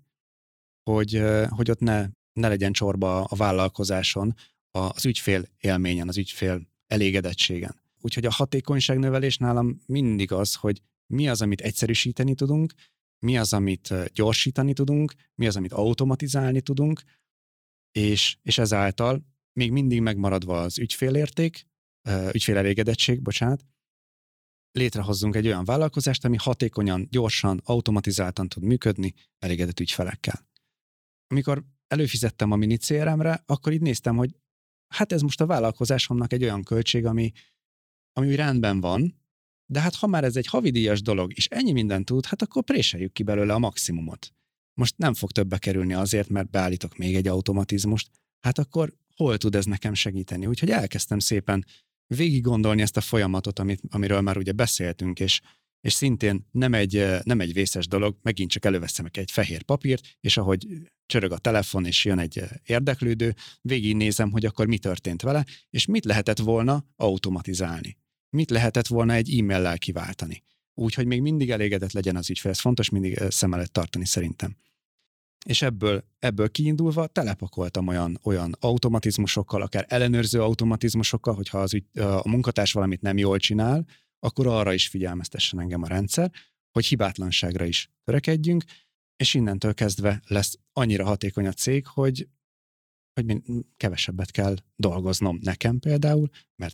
hogy ott ne legyen csorba a vállalkozáson, az ügyfél élményen, az ügyfél elégedettségen. Úgyhogy a hatékonyságnövelés nálam mindig az, hogy mi az, amit egyszerűsíteni tudunk, mi az, amit gyorsítani tudunk, mi az, amit automatizálni tudunk, és ezáltal még mindig megmaradva az ügyfélelégedettség, létrehozzunk egy olyan vállalkozást, ami hatékonyan, gyorsan, automatizáltan tud működni elégedett ügyfelekkel. Amikor előfizettem a mini CRM-re, akkor így néztem, hogy hát ez most a vállalkozásomnak egy olyan költség, ami úgy rendben van, de hát ha már ez egy havidíjas dolog, és ennyi mindent tud, hát akkor préseljük ki belőle a maximumot. Most nem fog többbe kerülni azért, mert beállítok még egy automatizmust, hát akkor hol tud ez nekem segíteni? Úgyhogy elkezdtem szépen végig gondolni ezt a folyamatot, amiről már ugye beszéltünk, és szintén nem egy vészes dolog, megint csak előveszem egy fehér papírt, és ahogy csörög a telefon, és jön egy érdeklődő, végignézem, hogy akkor mi történt vele, és mit lehetett volna automatizálni. Mit lehetett volna egy e-maillel kiváltani. Úgyhogy még mindig elégedett legyen az ügyfél. Ez fontos mindig szem előtt tartani szerintem. És ebből kiindulva telepakoltam olyan automatizmusokkal, akár ellenőrző automatizmusokkal, hogyha a munkatárs valamit nem jól csinál, akkor arra is figyelmeztessen engem a rendszer, hogy hibátlanságra is törekedjünk, és innentől kezdve lesz annyira hatékony a cég, hogy kevesebbet kell dolgoznom nekem például, mert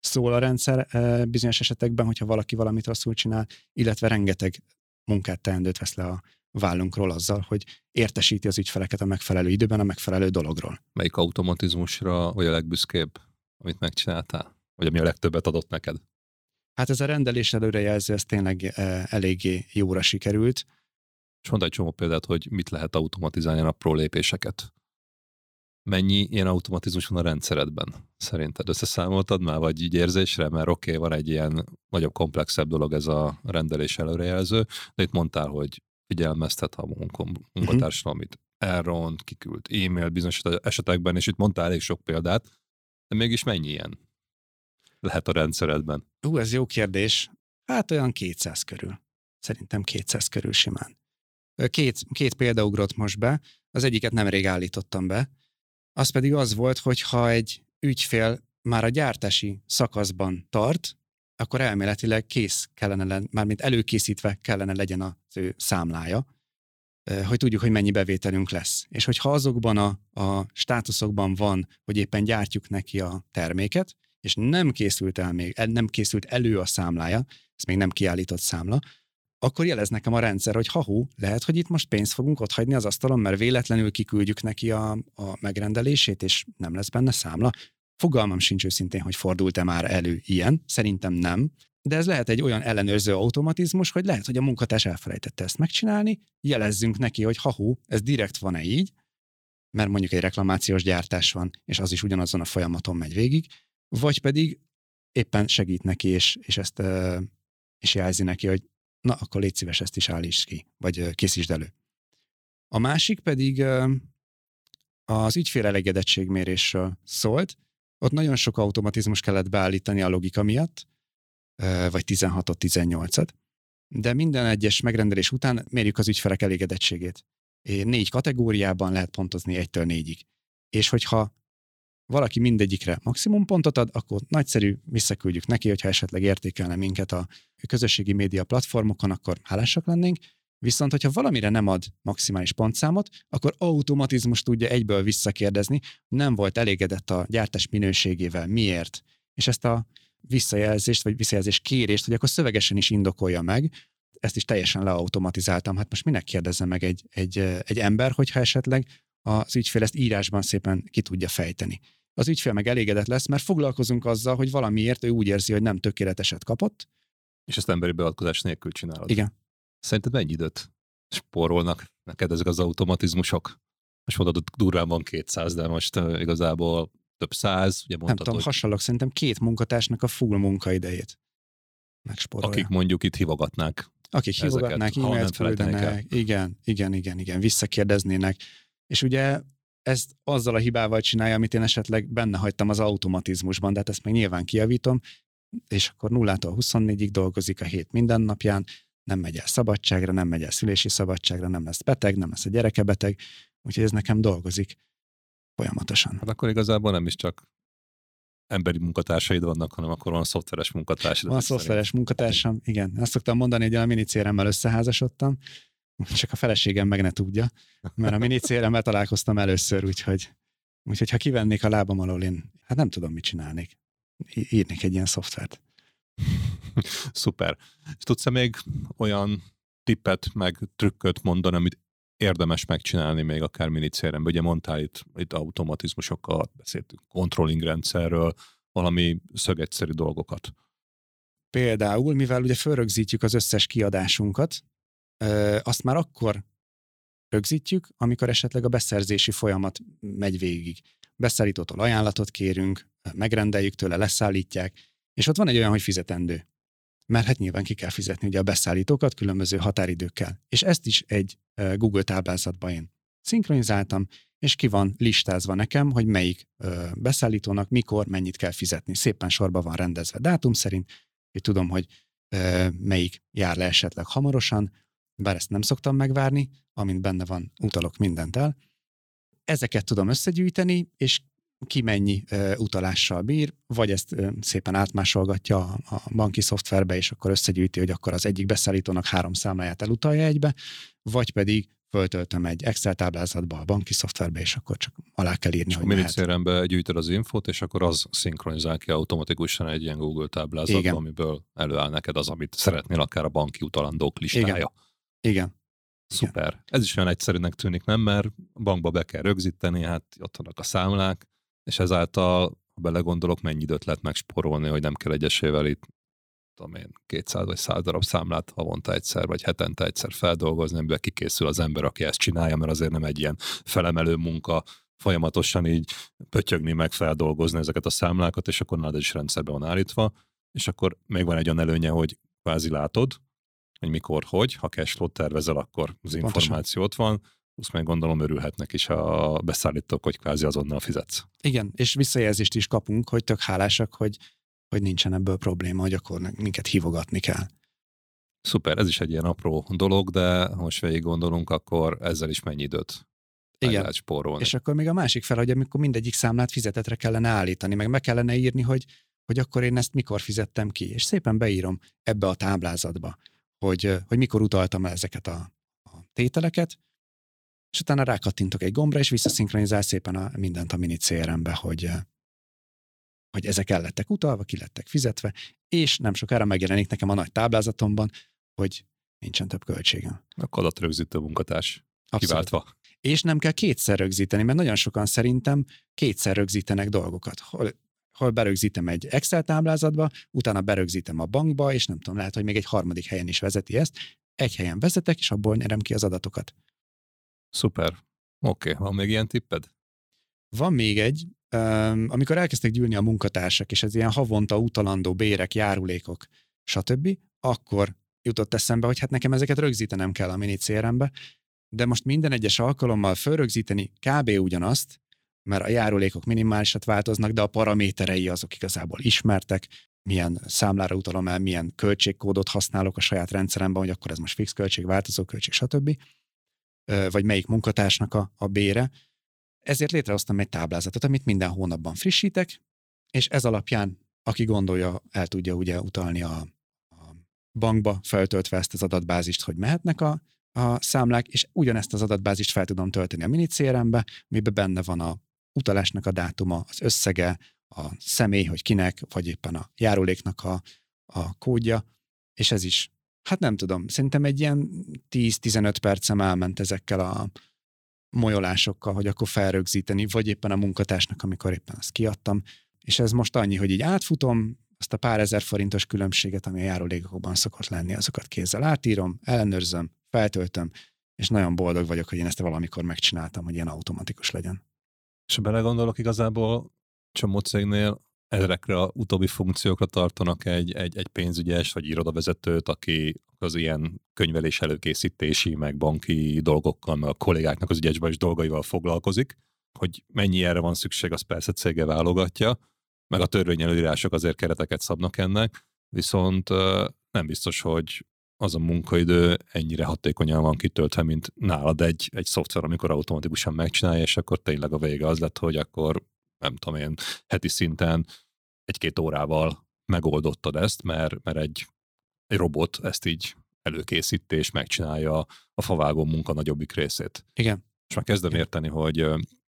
szól a rendszer bizonyos esetekben, hogyha valaki valamit rosszul csinál, illetve rengeteg munkát, teendőt vesz le a vállunkról azzal, hogy értesíti az ügyfeleket a megfelelő időben a megfelelő dologról. Melyik automatizmusra vagy a legbüszkébb, amit megcsináltál? Vagy ami a legtöbbet adott neked? Hát ez a rendelés előrejelző, ez tényleg eléggé jóra sikerült. És mondd egy csomó példát, hogy mit lehet automatizálni a apró lépéseket. Mennyi ilyen automatizmus van a rendszeredben? Szerinted összeszámoltad már, vagy így érzésre? Mert oké, van egy ilyen nagyobb, komplexebb dolog ez a rendelés előrejelző, de itt mondtál, hogy figyelmeztet a munkatársadalom, amit elront, kiküld e-mail bizonyos esetekben, és itt mondtál elég sok példát, de mégis mennyi ilyen lehet a rendszeredben? Ez jó kérdés. Hát olyan 200 körül. Szerintem 200 körül simán. Két példa ugrott most be, az egyiket nemrég állítottam be, az pedig az volt, hogy ha egy ügyfél már a gyártási szakaszban tart, akkor elméletileg kész kellene lenni, mármint előkészítve kellene legyen az ő számlája, hogy tudjuk, hogy mennyi bevételünk lesz. És hogyha azokban a státuszokban van, hogy éppen gyártjuk neki a terméket, és nem készült elő a számlája, ez még nem kiállított számla, akkor jelez nekem a rendszer, hogy lehet, hogy itt most pénzt fogunk otthagyni az asztalon, mert véletlenül kiküldjük neki a megrendelését, és nem lesz benne számla. Fogalmam sincs őszintén, hogy fordult-e már elő ilyen, szerintem nem, de ez lehet egy olyan ellenőrző automatizmus, hogy lehet, hogy a munkatárs elfelejtette ezt megcsinálni, jelezzünk neki, hogy ez direkt van-e így, mert mondjuk egy reklamációs gyártás van, és az is ugyanazon a folyamaton megy végig, vagy pedig éppen segít neki, és ezt és jelzi neki, hogy na, akkor légy szíves, ezt is állítsd ki, vagy készítsd elő. A másik pedig az ügyfél elégedettségmérésről szólt. Ott nagyon sok automatizmus kellett beállítani a logika miatt, vagy 16-ot, 18-at, de minden egyes megrendelés után mérjük az ügyfelek elégedettségét. 4 kategóriában lehet pontozni 1-től 4-ig. És hogyha valaki mindegyikre maximum pontot ad, akkor nagyszerű, visszaküldjük neki, hogyha esetleg értékelne minket a közösségi média platformokon, akkor hálásak lennénk. Viszont, hogyha valamire nem ad maximális pontszámot, akkor automatizmus tudja egyből visszakérdezni, nem volt elégedett a gyártás minőségével, miért. És ezt a visszajelzést, vagy visszajelzés kérést, hogy akkor szövegesen is indokolja meg, ezt is teljesen leautomatizáltam. Hát most minek kérdezze meg egy ember, hogyha esetleg az ügyfél ezt írásban szépen ki tudja fejteni. Az ügyfél meg elégedett lesz, mert foglalkozunk azzal, hogy valamiért ő úgy érzi, hogy nem tökéleteset kapott. És ezt emberi beavatkozás nélkül csinálod. Igen. Szerinted mennyi időt spórolnak neked ezek az automatizmusok? Most mondod, durván van 200, de most igazából több száz. Ugye nem tudom, hasonlók, szerintem 2 munkatársnak a full munkaidejét megspórolja. Akik mondjuk itt hívogatnák. Akik hívogatnák, e-mailt küldenek, igen, visszakérdeznének. És ugye ezt azzal a hibával csinálja, amit én esetleg benne hagytam az automatizmusban, de hát ezt meg nyilván kijavítom, és akkor 0-tól 24-ig dolgozik a hét minden napján, nem megy el szabadságra, nem megy el szülési szabadságra, nem lesz beteg, nem lesz a gyereke beteg, úgyhogy ez nekem dolgozik folyamatosan. Hát akkor igazából nem is csak emberi munkatársaid vannak, hanem akkor van szoftveres munkatársaid. Van szoftveres munkatársam, igen. Azt szoktam mondani, hogy a minicéremmel összeházasodtam, csak a feleségem meg ne tudja, mert a minicéremmel találkoztam először, úgyhogy ha kivennék a lábam alól, én hát nem tudom, mit csinálnék. Írnék egy ilyen szoftvert. Szuper. És tudsz-e még olyan tippet, meg trükköt mondani, amit érdemes megcsinálni még akár minicéremben? Ugye mondtál itt automatizmusokat, beszéltünk controlling rendszerről, valami szögegyszerű dolgokat. Például, mivel ugye fölrögzítjük az összes kiadásunkat, azt már akkor rögzítjük, amikor esetleg a beszerzési folyamat megy végig. Beszállítótól ajánlatot kérünk, megrendeljük tőle, leszállítják, és ott van egy olyan, hogy fizetendő. Mert hát nyilván ki kell fizetni ugye a beszállítókat különböző határidőkkel. És ezt is egy Google táblázatban én szinkronizáltam, és ki van listázva nekem, hogy melyik beszállítónak mikor mennyit kell fizetni. Szépen sorba van rendezve dátum szerint, hogy tudom, hogy melyik jár le esetleg hamarosan, bár ezt nem szoktam megvárni, amint benne van, utalok mindent el. Ezeket tudom összegyűjteni, és ki mennyi utalással bír, vagy ezt szépen átmásolgatja a banki szoftverbe, és akkor összegyűjti, hogy akkor az egyik beszállítónak 3 számláját elutalja egybe, vagy pedig föltöltöm egy Excel táblázatba, a banki szoftverbe, és akkor csak alá kell írni, és hogy a mehet. minicérembe gyűjtöd az infót, és akkor az szinkronizál ki automatikusan egy ilyen Google táblázatba, Igen. amiből előáll neked az, amit szeretnél, akár a banki utalandók listája. Igen. Szuper. Ez is olyan egyszerűnek tűnik, nem? Mert bankba be kell rögzíteni, hát ott vannak a számlák, és ezáltal, ha belegondolok, mennyi időt lehet megspórolni, hogy nem kell egyesével itt, tudom én, 200 vagy 100 darab számlát havonta egyszer, vagy hetente egyszer feldolgozni, amiben kikészül az ember, aki ezt csinálja, mert azért nem egy ilyen felemelő munka, folyamatosan így pötyögni, meg feldolgozni ezeket a számlákat, és akkor nálad is rendszerben van állítva, és akkor még van egy olyan előnye, hogy kvázi látod, hogy mikor, hogy, ha cashflow-t tervezel, akkor az információ ott van, azt meg gondolom örülhetnek is a beszállítók, hogy kvázi azonnal fizetsz. Igen, és visszajelzést is kapunk, hogy tök hálásak, hogy nincsen ebből probléma, hogy akkor minket hívogatni kell. Szuper, ez is egy ilyen apró dolog, de ha most végig gondolunk, akkor ezzel is mennyi időt lehet spórolni. És akkor még a másik fel, hogy amikor mindegyik számlát fizetetre kellene állítani, meg kellene írni, hogy akkor én ezt mikor fizettem ki, és szépen beírom ebbe a táblázatba, hogy mikor utaltam el ezeket a tételeket, és utána rákattintok egy gombra, és visszaszinkronizál szépen mindent a mini CRM-be, hogy ezek el lettek utalva, ki lettek fizetve, és nem sokára megjelenik nekem a nagy táblázatomban, hogy nincsen több költségem. Akkor adatrögzítő munkatárs. Abszolút. Kiváltva. És nem kell kétszer rögzíteni, mert nagyon sokan szerintem kétszer rögzítenek dolgokat. Hol berögzítem egy Excel táblázatba, utána berögzítem a bankba, és nem tudom, lehet, hogy még egy harmadik helyen is vezeti ezt. Egy helyen vezetek, és abból nyerem ki az adatokat. Szuper. Oké, van még ilyen tipped? Van még egy, amikor elkezdtek gyűlni a munkatársak, és ez ilyen havonta utalandó bérek, járulékok, stb., akkor jutott eszembe, hogy hát nekem ezeket rögzítenem kell a mini CRM-be, de most minden egyes alkalommal fölrögzíteni kb. Ugyanazt, mert a járulékok minimálisat változnak, de a paraméterei azok igazából ismertek, milyen számlára utalom el, milyen költségkódot használok a saját rendszeremben, hogy akkor ez most fix költség, változó költség, stb., vagy melyik munkatársnak a bére. Ezért létrehoztam egy táblázatot, amit minden hónapban frissítek, és ez alapján, aki gondolja, el tudja ugye utalni a bankba, feltöltve ezt az adatbázist, hogy mehetnek a számlák, és ugyanezt az adatbázist fel tudom tölteni a mini CRM-be, amiben benne van a utalásnak a dátuma, az összege, a személy, hogy kinek, vagy éppen a járuléknak a kódja, és ez is, hát nem tudom, szerintem egy ilyen 10-15 percem elment ezekkel a molyolásokkal, hogy akkor felrögzíteni, vagy éppen a munkatársnak, amikor éppen azt kiadtam, és ez most annyi, hogy így átfutom, azt a pár ezer forintos különbséget, ami a járulékokban szokott lenni, azokat kézzel átírom, ellenőrzöm, feltöltöm, és nagyon boldog vagyok, hogy én ezt valamikor megcsináltam, hogy ilyen automatikus legyen. És ha belegondolok, igazából csomó cégnél ezekre a utóbbi funkciókra tartanak egy pénzügyes vagy irodavezetőt, aki az ilyen könyvelés előkészítési, meg banki dolgokkal, meg a kollégáknak az ügyesbajs dolgaival foglalkozik, hogy mennyi erre van szükség, az persze cége válogatja, meg a törvényelőírások azért kereteket szabnak ennek, viszont nem biztos, hogy az a munkaidő ennyire hatékonyan van kitöltve, mint nálad egy szoftver, amikor automatikusan megcsinálja, és akkor tényleg a vége az lett, hogy akkor nem tudom én, heti szinten 1-2 órával megoldottad ezt, mert egy robot ezt így előkészíti és megcsinálja a favágó munka nagyobbik részét. Igen. És már kezdem érteni, hogy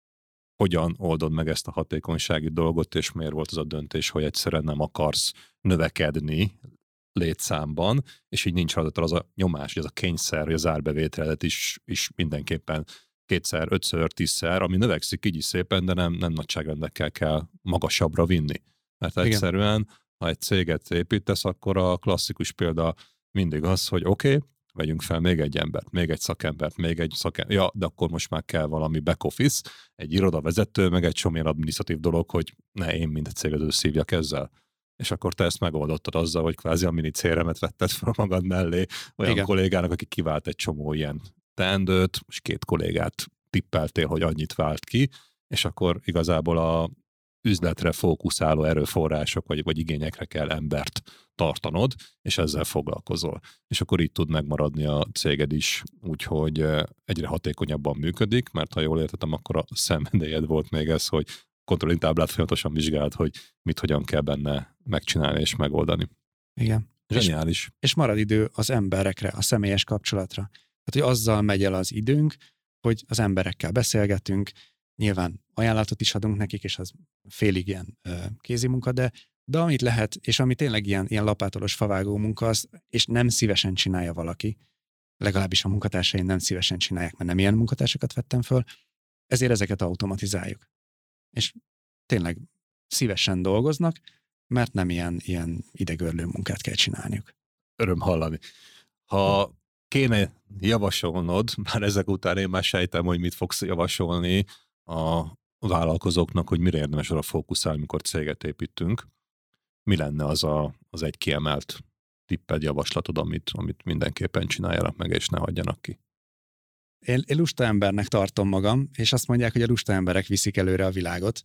hogyan oldod meg ezt a hatékonysági dolgot, és miért volt az a döntés, hogy egyszerűen nem akarsz növekedni létszámban, és így nincs rajta az a nyomás, hogy az a kényszer, hogy az árbevételedet is mindenképpen 2-szer, 5-ször, 10-szer, ami növekszik így is szépen, de nem nagyságrendekkel kell magasabbra vinni. Mert egyszerűen, ha egy céget építesz, akkor a klasszikus példa mindig az, hogy oké, vegyünk fel még egy embert, még egy szakembert, ja, de akkor most már kell valami back office, egy irodavezető, meg egy csomó adminisztratív dolog, hogy ne én, mint egy cégvezető szívjak ezzel. És akkor te ezt megoldottad azzal, hogy kvázi a mini CRM-et vetted fel magad mellé olyan kollégának, aki kivált egy csomó ilyen teendőt, és 2 kollégát tippeltél, hogy annyit vált ki, és akkor igazából a üzletre fókuszáló erőforrások vagy igényekre kell embert tartanod, és ezzel foglalkozol. És akkor így tud megmaradni a céged is, úgyhogy egyre hatékonyabban működik, mert ha jól értettem, akkor a szenvedélyed volt még ez, hogy kontrollintáblát folyamatosan vizsgáld, hogy mit hogyan kell benne megcsinálni és megoldani. Igen. Zseniális. És marad idő az emberekre, a személyes kapcsolatra. hogy azzal megy el az időnk, hogy az emberekkel beszélgetünk, nyilván ajánlatot is adunk nekik, és az félig ilyen kézimunka, de amit lehet, és ami tényleg ilyen lapátolos favágó munka, az, és nem szívesen csinálja valaki, legalábbis a munkatársaim nem szívesen csinálják, mert nem ilyen munkatársakat vettem föl, ezért ezeket automatizáljuk. És tényleg szívesen dolgoznak, mert nem ilyen idegörlő munkát kell csinálniuk. Öröm hallani. Ha kéne javasolnod, már ezek után én már sejtem, hogy mit fogsz javasolni a vállalkozóknak, hogy mire érdemes arra fókuszálni, amikor céget építünk, mi lenne az egy kiemelt tipped, javaslatod, amit mindenképpen csináljanak meg, és ne hagyjanak ki? Én lusta embernek tartom magam, és azt mondják, hogy a lusta emberek viszik előre a világot,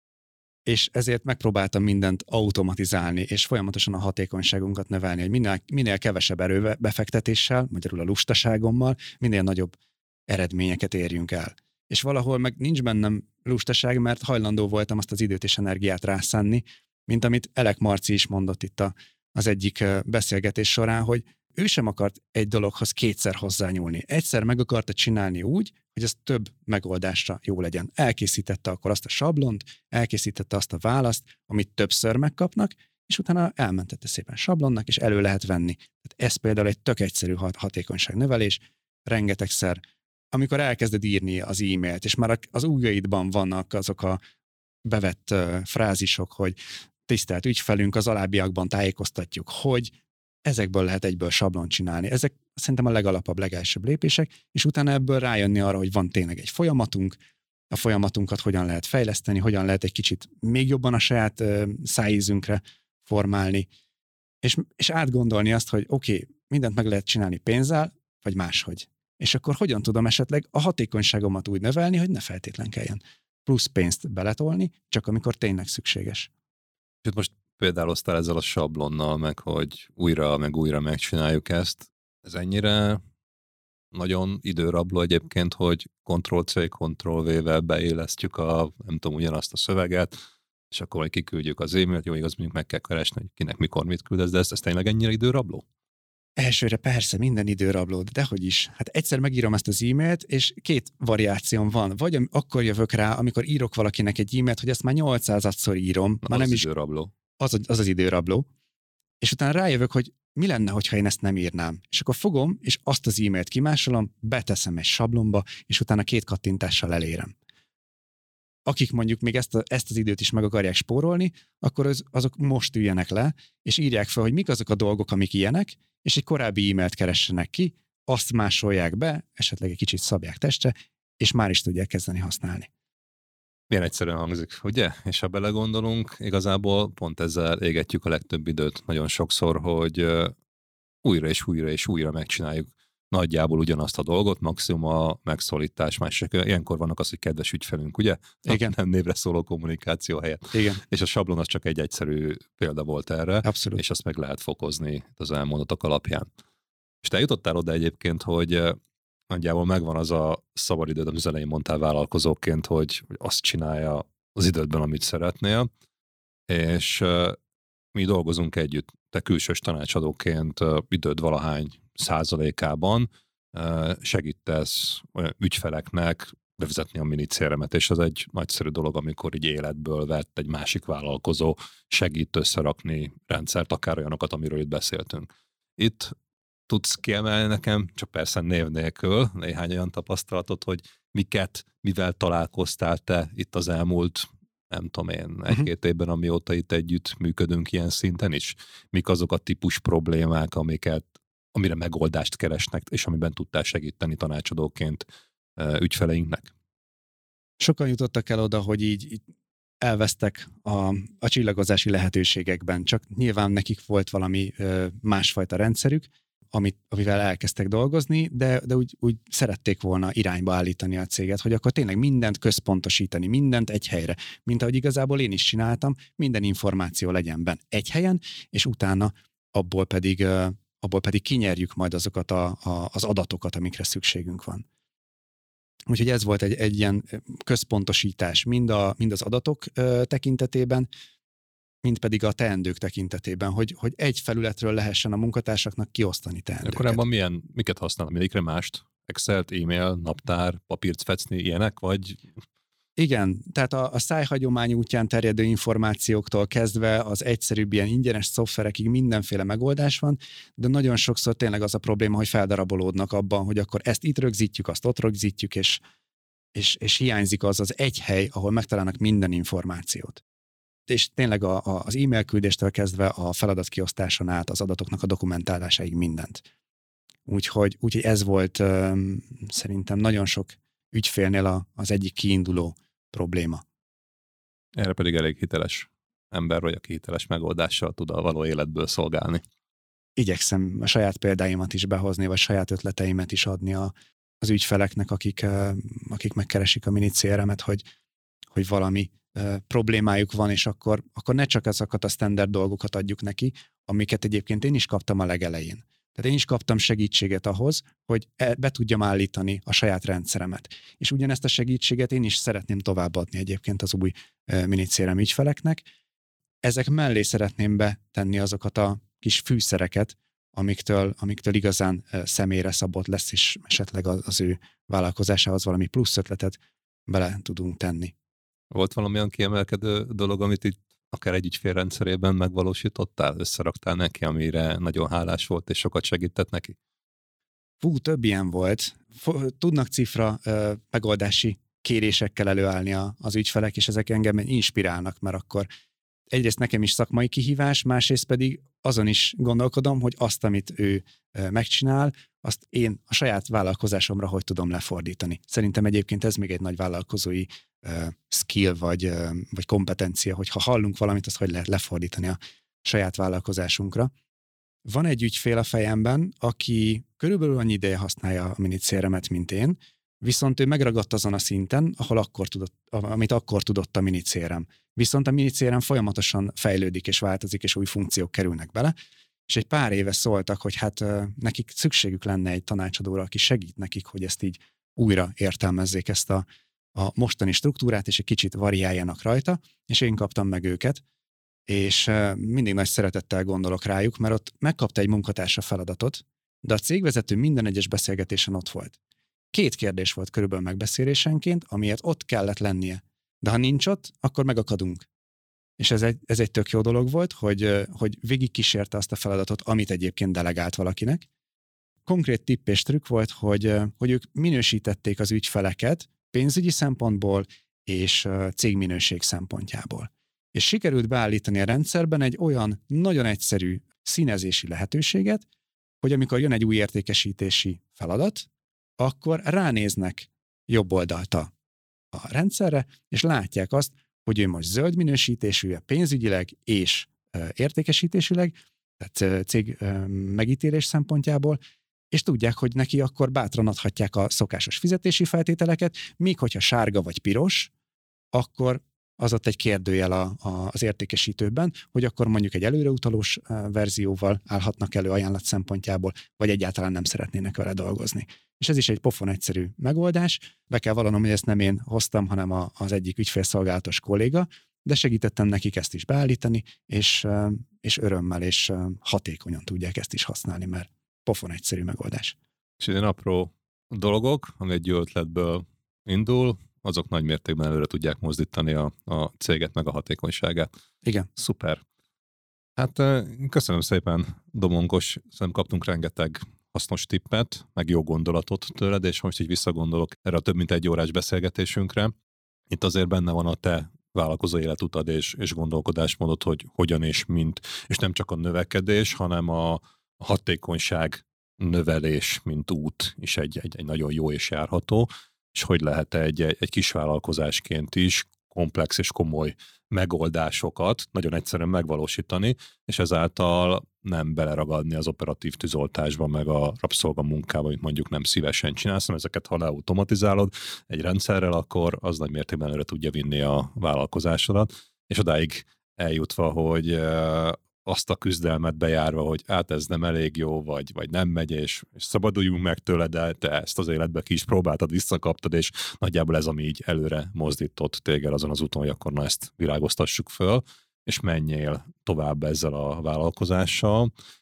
és ezért megpróbáltam mindent automatizálni, és folyamatosan a hatékonyságunkat növelni, hogy minél kevesebb erőbefektetéssel, magyarul a lustaságommal, minél nagyobb eredményeket érjünk el. És valahol meg nincs bennem lustaság, mert hajlandó voltam azt az időt és energiát rászánni, mint amit Elek Marci is mondott itt az egyik beszélgetés során, hogy ő sem akart egy dologhoz kétszer hozzányúlni. Egyszer meg akarta csinálni úgy, hogy ez több megoldásra jó legyen. Elkészítette akkor azt a sablont, elkészítette azt a választ, amit többször megkapnak, és utána elmentette szépen sablonnak, és elő lehet venni. Tehát ez például egy tök egyszerű hatékonyságnövelés, rengetegszer, amikor elkezded írni az e-mailt, és már az ujjaidban vannak azok a bevett frázisok, hogy tisztelt ügyfelünk, az alábbiakban tájékoztatjuk, hogy ezekből lehet egyből sablon csinálni. Ezek szerintem a legalapabb, legelsőbb lépések, és utána ebből rájönni arra, hogy van tényleg egy folyamatunk, a folyamatunkat hogyan lehet fejleszteni, hogyan lehet egy kicsit még jobban a saját szájízünkre formálni, és átgondolni azt, hogy oké, mindent meg lehet csinálni pénzzel, vagy máshogy. És akkor hogyan tudom esetleg a hatékonyságomat úgy növelni, hogy ne feltétlen kelljen plusz pénzt beletolni, csak amikor tényleg szükséges. És most például osztál ezzel a sablonnal, meg hogy újra megcsináljuk ezt. Ez ennyire nagyon időrabló egyébként, hogy Ctrl-C, Ctrl-V-vel beélesztjük nem tudom, ugyanazt a szöveget, és akkor majd kiküldjük az e-mailt, jó, igaz, mondjuk meg kell keresni, hogy kinek mikor mit küldesz, de ez tényleg ennyire időrabló? Elsőre persze minden időrabló, de dehogy is. Hát egyszer megírom ezt az e-mailt, és két variációm van. Vagy akkor jövök rá, amikor írok valakinek egy e-mailt, hogy ezt már 800-szor írom. Már nem is időrabló. Az időrabló. És utána rájövök, hogy mi lenne, hogyha én ezt nem írnám. És akkor fogom, és azt az e-mailt kimásolom, beteszem egy sablonba, és utána 2 kattintással elérem. Akik mondjuk még ezt az időt is meg akarják spórolni, akkor azok most üljenek le, és írják fel, hogy mik azok a dolgok, amik ilyenek, és egy korábbi e-mailt keressenek ki, azt másolják be, esetleg egy kicsit szabják testre, és már is tudják kezdeni használni. Milyen egyszerűen hangzik, ugye? És ha belegondolunk, igazából pont ezzel égetjük a legtöbb időt nagyon sokszor, hogy újra és újra és újra megcsináljuk nagyjából ugyanazt a dolgot, maximum a megszólítás, másik. Ilyenkor vannak az, hogy kedves ügyfelünk, ugye? Igen. Nem névre szóló kommunikáció helyett. Igen. És a sablon az csak egy egyszerű példa volt erre, Abszolút. és azt meg lehet fokozni az elmondatok alapján. És te jutottál oda egyébként, hogy nagyjából megvan az a szabadidőd, amit az elején mondtál vállalkozóként, hogy azt csinálja az idődben, amit szeretnél, és mi dolgozunk együtt. Te külsős tanácsadóként időd valahány százalékában segítesz olyan ügyfeleknek bevezetni a mini CRM-et, és az egy nagyszerű dolog, amikor így életből vett egy másik vállalkozó segít összerakni rendszert, akár olyanokat, amiről itt beszéltünk. Itt tudsz kiemelni nekem, csak persze név nélkül, néhány olyan tapasztalatot, hogy mivel találkoztál te itt az elmúlt, nem tudom én, 1-2 évben, amióta itt együtt működünk ilyen szinten is? Mik azok a típus problémák, amire megoldást keresnek, és amiben tudtál segíteni tanácsadóként ügyfeleinknek? Sokan jutottak el oda, hogy így elvesztek a csillagozási lehetőségekben, csak nyilván nekik volt valami másfajta rendszerük, amivel elkezdtek dolgozni, de úgy szerették volna irányba állítani a céget, hogy akkor tényleg mindent központosítani, mindent egy helyre, mint ahogy igazából én is csináltam, minden információ legyen benne egy helyen, és utána abból pedig kinyerjük majd azokat az adatokat, amikre szükségünk van. Úgyhogy ez volt egy ilyen központosítás mind az adatok tekintetében, mint pedig a teendők tekintetében, hogy egy felületről lehessen a munkatársaknak kiosztani teendőket. Korábban miket használnak? Mindegyikre mást Excel-t, e-mail, naptár, papírt fecni, ilyenek, vagy... Igen, tehát a szájhagyomány útján terjedő információktól kezdve az egyszerűbb ilyen ingyenes szoftverekig mindenféle megoldás van, de nagyon sokszor tényleg az a probléma, hogy feldarabolódnak abban, hogy akkor ezt itt rögzítjük, azt ott rögzítjük, és hiányzik az egy hely, ahol megtalálnak minden információt. És tényleg az e-mail küldéstől kezdve a feladatkiosztáson át, az adatoknak a dokumentálásáig mindent. Úgyhogy ez volt szerintem nagyon sok ügyfélnél az egyik kiinduló probléma. Erre pedig elég hiteles ember vagy, aki hiteles megoldással tud a való életből szolgálni. Igyekszem a saját példáimat is behozni, vagy saját ötleteimet is adni az ügyfeleknek, akik megkeresik a mini CRM-et, hogy valami problémájuk van, és akkor ne csak azokat a standard dolgokat adjuk neki, amiket egyébként én is kaptam a legelején. Tehát én is kaptam segítséget ahhoz, hogy be tudjam állítani a saját rendszeremet. És ugyanezt a segítséget én is szeretném továbbadni egyébként az új mini CRM ügyfeleknek. Ezek mellé szeretném betenni azokat a kis fűszereket, amiktől igazán személyre szabott lesz, és esetleg az ő vállalkozásához valami plusz ötletet bele tudunk tenni. Volt valamilyen kiemelkedő dolog, amit itt akár egy ügyfél rendszerében megvalósítottál, összeraktál neki, amire nagyon hálás volt, és sokat segített neki? Több ilyen volt. Tudnak cifra megoldási kérésekkel előállni az ügyfelek, és ezek engem inspirálnak, mert akkor egyrészt nekem is szakmai kihívás, másrészt pedig azon is gondolkodom, hogy azt, amit ő megcsinál, azt én a saját vállalkozásomra hogy tudom lefordítani. Szerintem egyébként ez még egy nagy vállalkozói skill vagy kompetencia, hogy ha hallunk valamit, azt hogy lehet lefordítani a saját vállalkozásunkra. Van egy ügyfél a fejemben, aki körülbelül annyi ideje használja a mini CRM-et, mint én, viszont ő megragadt azon a szinten, amit akkor tudott a mini CRM. Viszont a mini CRM folyamatosan fejlődik és változik, és új funkciók kerülnek bele, és egy pár éve szóltak, hogy hát nekik szükségük lenne egy tanácsadóra, aki segít nekik, hogy ezt így újra értelmezzék, ezt a mostani struktúrát, és egy kicsit variáljanak rajta, és én kaptam meg őket, és mindig nagy szeretettel gondolok rájuk, mert ott megkapta egy munkatársa feladatot, de a cégvezető minden egyes beszélgetésen ott volt. 2 kérdés volt körülbelül megbeszélésenként, amiért ott kellett lennie. De ha nincs ott, akkor megakadunk. És ez egy tök jó dolog volt, hogy végigkísérte azt a feladatot, amit egyébként delegált valakinek. Konkrét tipp és trükk volt, hogy ők minősítették az ügyfeleket pénzügyi szempontból és cégminőség szempontjából. És sikerült beállítani a rendszerben egy olyan nagyon egyszerű színezési lehetőséget, hogy amikor jön egy új értékesítési feladat, akkor ránéznek jobb oldalt a rendszerre, és látják azt, hogy ő most zöld minősítésű, pénzügyileg és értékesítésűleg, tehát cég megítélés szempontjából, és tudják, hogy neki akkor bátran adhatják a szokásos fizetési feltételeket, míg hogyha sárga vagy piros, akkor az ott egy kérdőjel az értékesítőben, hogy akkor mondjuk egy előreutalós verzióval állhatnak elő ajánlat szempontjából, vagy egyáltalán nem szeretnének vele dolgozni. És ez is egy pofon egyszerű megoldás. Be kell vallanom, hogy ezt nem én hoztam, hanem az egyik ügyfélszolgálatos kolléga, de segítettem nekik ezt is beállítani, és örömmel és hatékonyan tudják ezt is használni, mert pofon egyszerű megoldás. És ilyen apró dolgok, ami egy jó ötletből indul, azok nagy mértékben előre tudják mozdítani a céget, meg a hatékonyságát. Igen. Szuper. Hát köszönöm szépen, Domongos, szerintem kaptunk rengeteg hasznos tippet, meg jó gondolatot tőled, és most így visszagondolok erre a több mint 1 órás beszélgetésünkre. Itt azért benne van a te vállalkozó életutad és gondolkodásmódod, hogy hogyan és mint, és nem csak a növekedés, hanem a hatékonyság növelés, mint út is egy nagyon jó és járható, és hogy lehet egy kis vállalkozásként is komplex és komoly megoldásokat nagyon egyszerűen megvalósítani, és ezáltal nem beleragadni az operatív tűzoltásba, meg a rabszolgamunkába, amit mondjuk nem szívesen csinálsz, hanem ezeket, ha leautomatizálod egy rendszerrel, akkor az nagy mértékben előre tudja vinni a vállalkozásodat, és odáig eljutva, hogy azt a küzdelmet bejárva, hogy hát ez nem elég jó, vagy nem megy, és szabaduljunk meg tőle, de te ezt az életbe ki is próbáltad, visszakaptad, és nagyjából ez, ami így előre mozdított téged azon az úton, hogy akkor na ezt virágoztassuk föl, és menjél tovább ezzel a vállalkozással,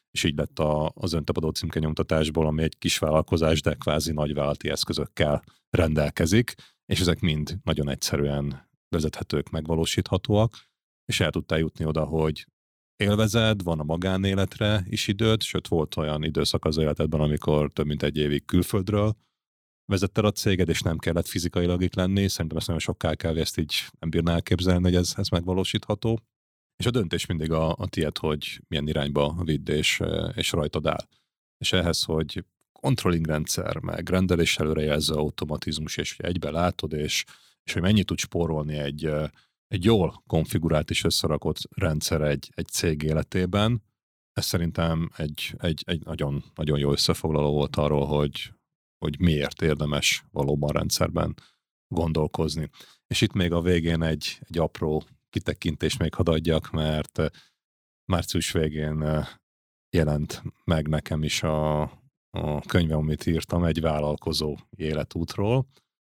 és így lett az öntapadó címkenyomtatásból, ami egy kis vállalkozás, de kvázi nagyvállalati eszközökkel rendelkezik, és ezek mind nagyon egyszerűen vezethetők, megvalósíthatóak, és el tudtál jutni oda, hogy élvezed, van a magánéletre is időd, sőt volt olyan időszak az életedben, amikor több mint 1 évig külföldről vezetted a céged, és nem kellett fizikailag itt lenni. Szerintem ezt nagyon sok KKV ezt így nem bírná elképzelni, hogy ez megvalósítható. És a döntés mindig a tiéd, hogy milyen irányba vidd és rajtad áll. És ehhez, hogy controlling rendszer, meg rendelés előrejelző automatizmus, és hogy egybe látod, és hogy mennyit tud spórolni egy jól konfigurált és összerakott rendszer egy cég életében, ez szerintem egy nagyon, nagyon jó összefoglaló volt arról, hogy miért érdemes valóban rendszerben gondolkozni. És itt még a végén egy apró kitekintést még hadd adjak, mert március végén jelent meg nekem is a könyve, amit írtam, egy vállalkozó életútról,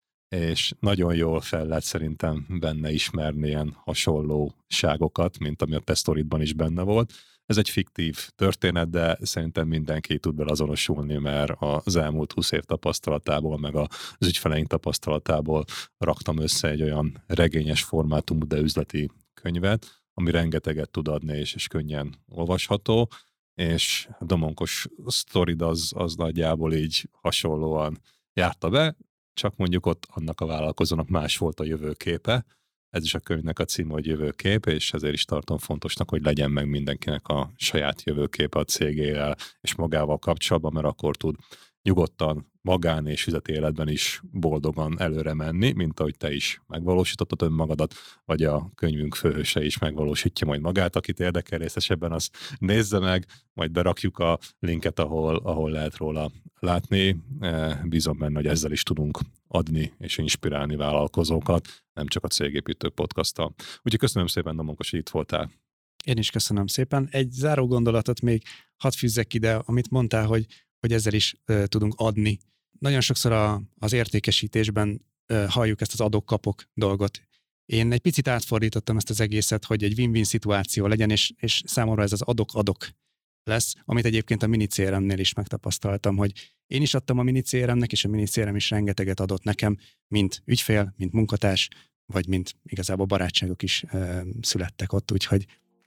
és nagyon jól fel lehet szerintem benne ismerni ilyen hasonlóságokat, mint ami a te sztoridban is benne volt. Ez egy fiktív történet, de szerintem mindenki tud vele azonosulni, mert az elmúlt 20 év tapasztalatából, meg az ügyfeleink tapasztalatából raktam össze egy olyan regényes formátumú, de üzleti könyvet, ami rengeteget tud adni, és könnyen olvasható, és a Domonkos sztorid az nagyjából így hasonlóan járta be, csak mondjuk ott annak a vállalkozónak más volt a jövőképe. Ez is a könyvnek a címe, hogy jövőkép, és ezért is tartom fontosnak, hogy legyen meg mindenkinek a saját jövőképe a cégével és magával kapcsolatban, mert akkor tud nyugodtan magán és üzleti életben is boldogan előre menni, mint ahogy te is megvalósítottad önmagadat, vagy a könyvünk főhőse is megvalósítja majd magát, akit érdekel részesebben, azt nézze meg, majd berakjuk a linket, ahol lehet róla látni. Bízom benne, hogy ezzel is tudunk adni és inspirálni vállalkozókat, nem csak a Cégépítők podcasttal. Úgyhogy köszönöm szépen, Domonkos, hogy itt voltál. Én is köszönöm szépen. Egy záró gondolatot még hadd fűzzek ide, amit mondtál, hogy ezzel is tudunk adni. Nagyon sokszor az értékesítésben halljuk ezt az adok-kapok dolgot. Én egy picit átfordítottam ezt az egészet, hogy egy win-win szituáció legyen, és számomra ez az adok-adok lesz, amit egyébként a mini CRM-nél is megtapasztaltam, hogy én is adtam a mini CRM-nek, és a mini CRM is rengeteget adott nekem, mint ügyfél, mint munkatárs, vagy mint igazából barátságok is születtek ott, úgyhogy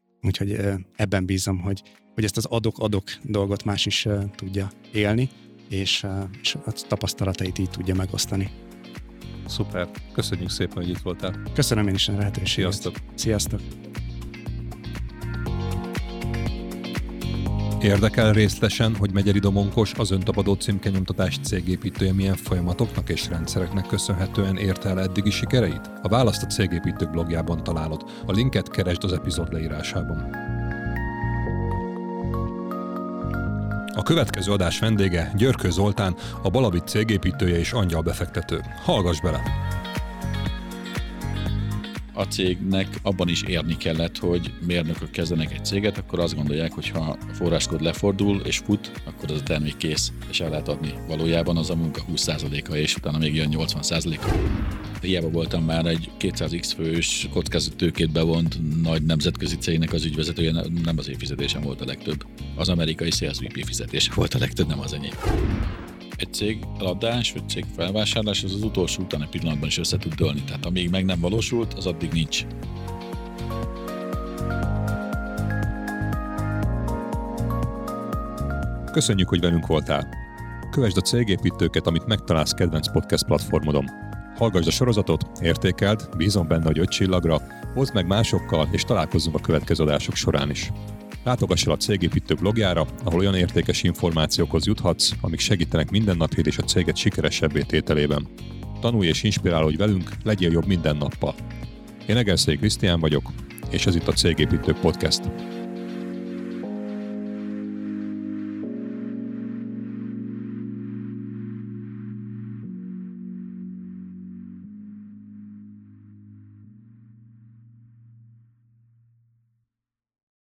ebben bízom, hogy ezt az adok-adok dolgot más is tudja élni, és a tapasztalatait így tudja megosztani. Szuper. Köszönjük szépen, hogy itt voltál. Köszönöm én is a lehetőséget. Sziasztok. Sziasztok. Érdekel részletesen, hogy Megyeri Domonkos, az öntapadó címkenyomtatás cégépítője milyen folyamatoknak és rendszereknek köszönhetően érte el eddigi sikereit? A választ a Cégépítők blogjában találod. A linket keresd az epizód leírásában. A következő adás vendége Györkő Zoltán, a Balabit cégépítője és angyalbefektető. Hallgass bele! A cégnek abban is érni kellett, hogy mérnökök kezdenek egy céget, akkor azt gondolják, hogy ha a forráskód lefordul és fut, akkor az a termék kész, és el lehet adni. Valójában az a munka 20%-a, és utána még jön 80%-a. Hiába voltam már egy 200x fős kockázatőkét bevont nagy nemzetközi cégnek az ügyvezetője, nem az én fizetésem volt a legtöbb. Az amerikai Sales VP fizetése volt a legtöbb, nem az enyém. Egy cég eladás, vagy cég felvásárlás az utolsó utáni pillanatban is össze tud dőlni. Tehát amíg meg nem valósult, az addig nincs. Köszönjük, hogy velünk voltál. Kövesd a Cégépítőket, amit megtalálsz kedvenc podcast platformodon. Hallgassd a sorozatot, értékeld, bízom benne, hogy 5 csillagra, hozd meg másokkal, és találkozzunk a következő adások során is. Látogass el a Cégépítők blogjára, ahol olyan értékes információkhoz juthatsz, amik segítenek mindennapjét és a céget sikeresebbé tételében. Tanulj és inspirálódj velünk, legyél jobb minden nappal. Én Egerszegi Krisztián vagyok, és ez itt a Cégépítők podcast.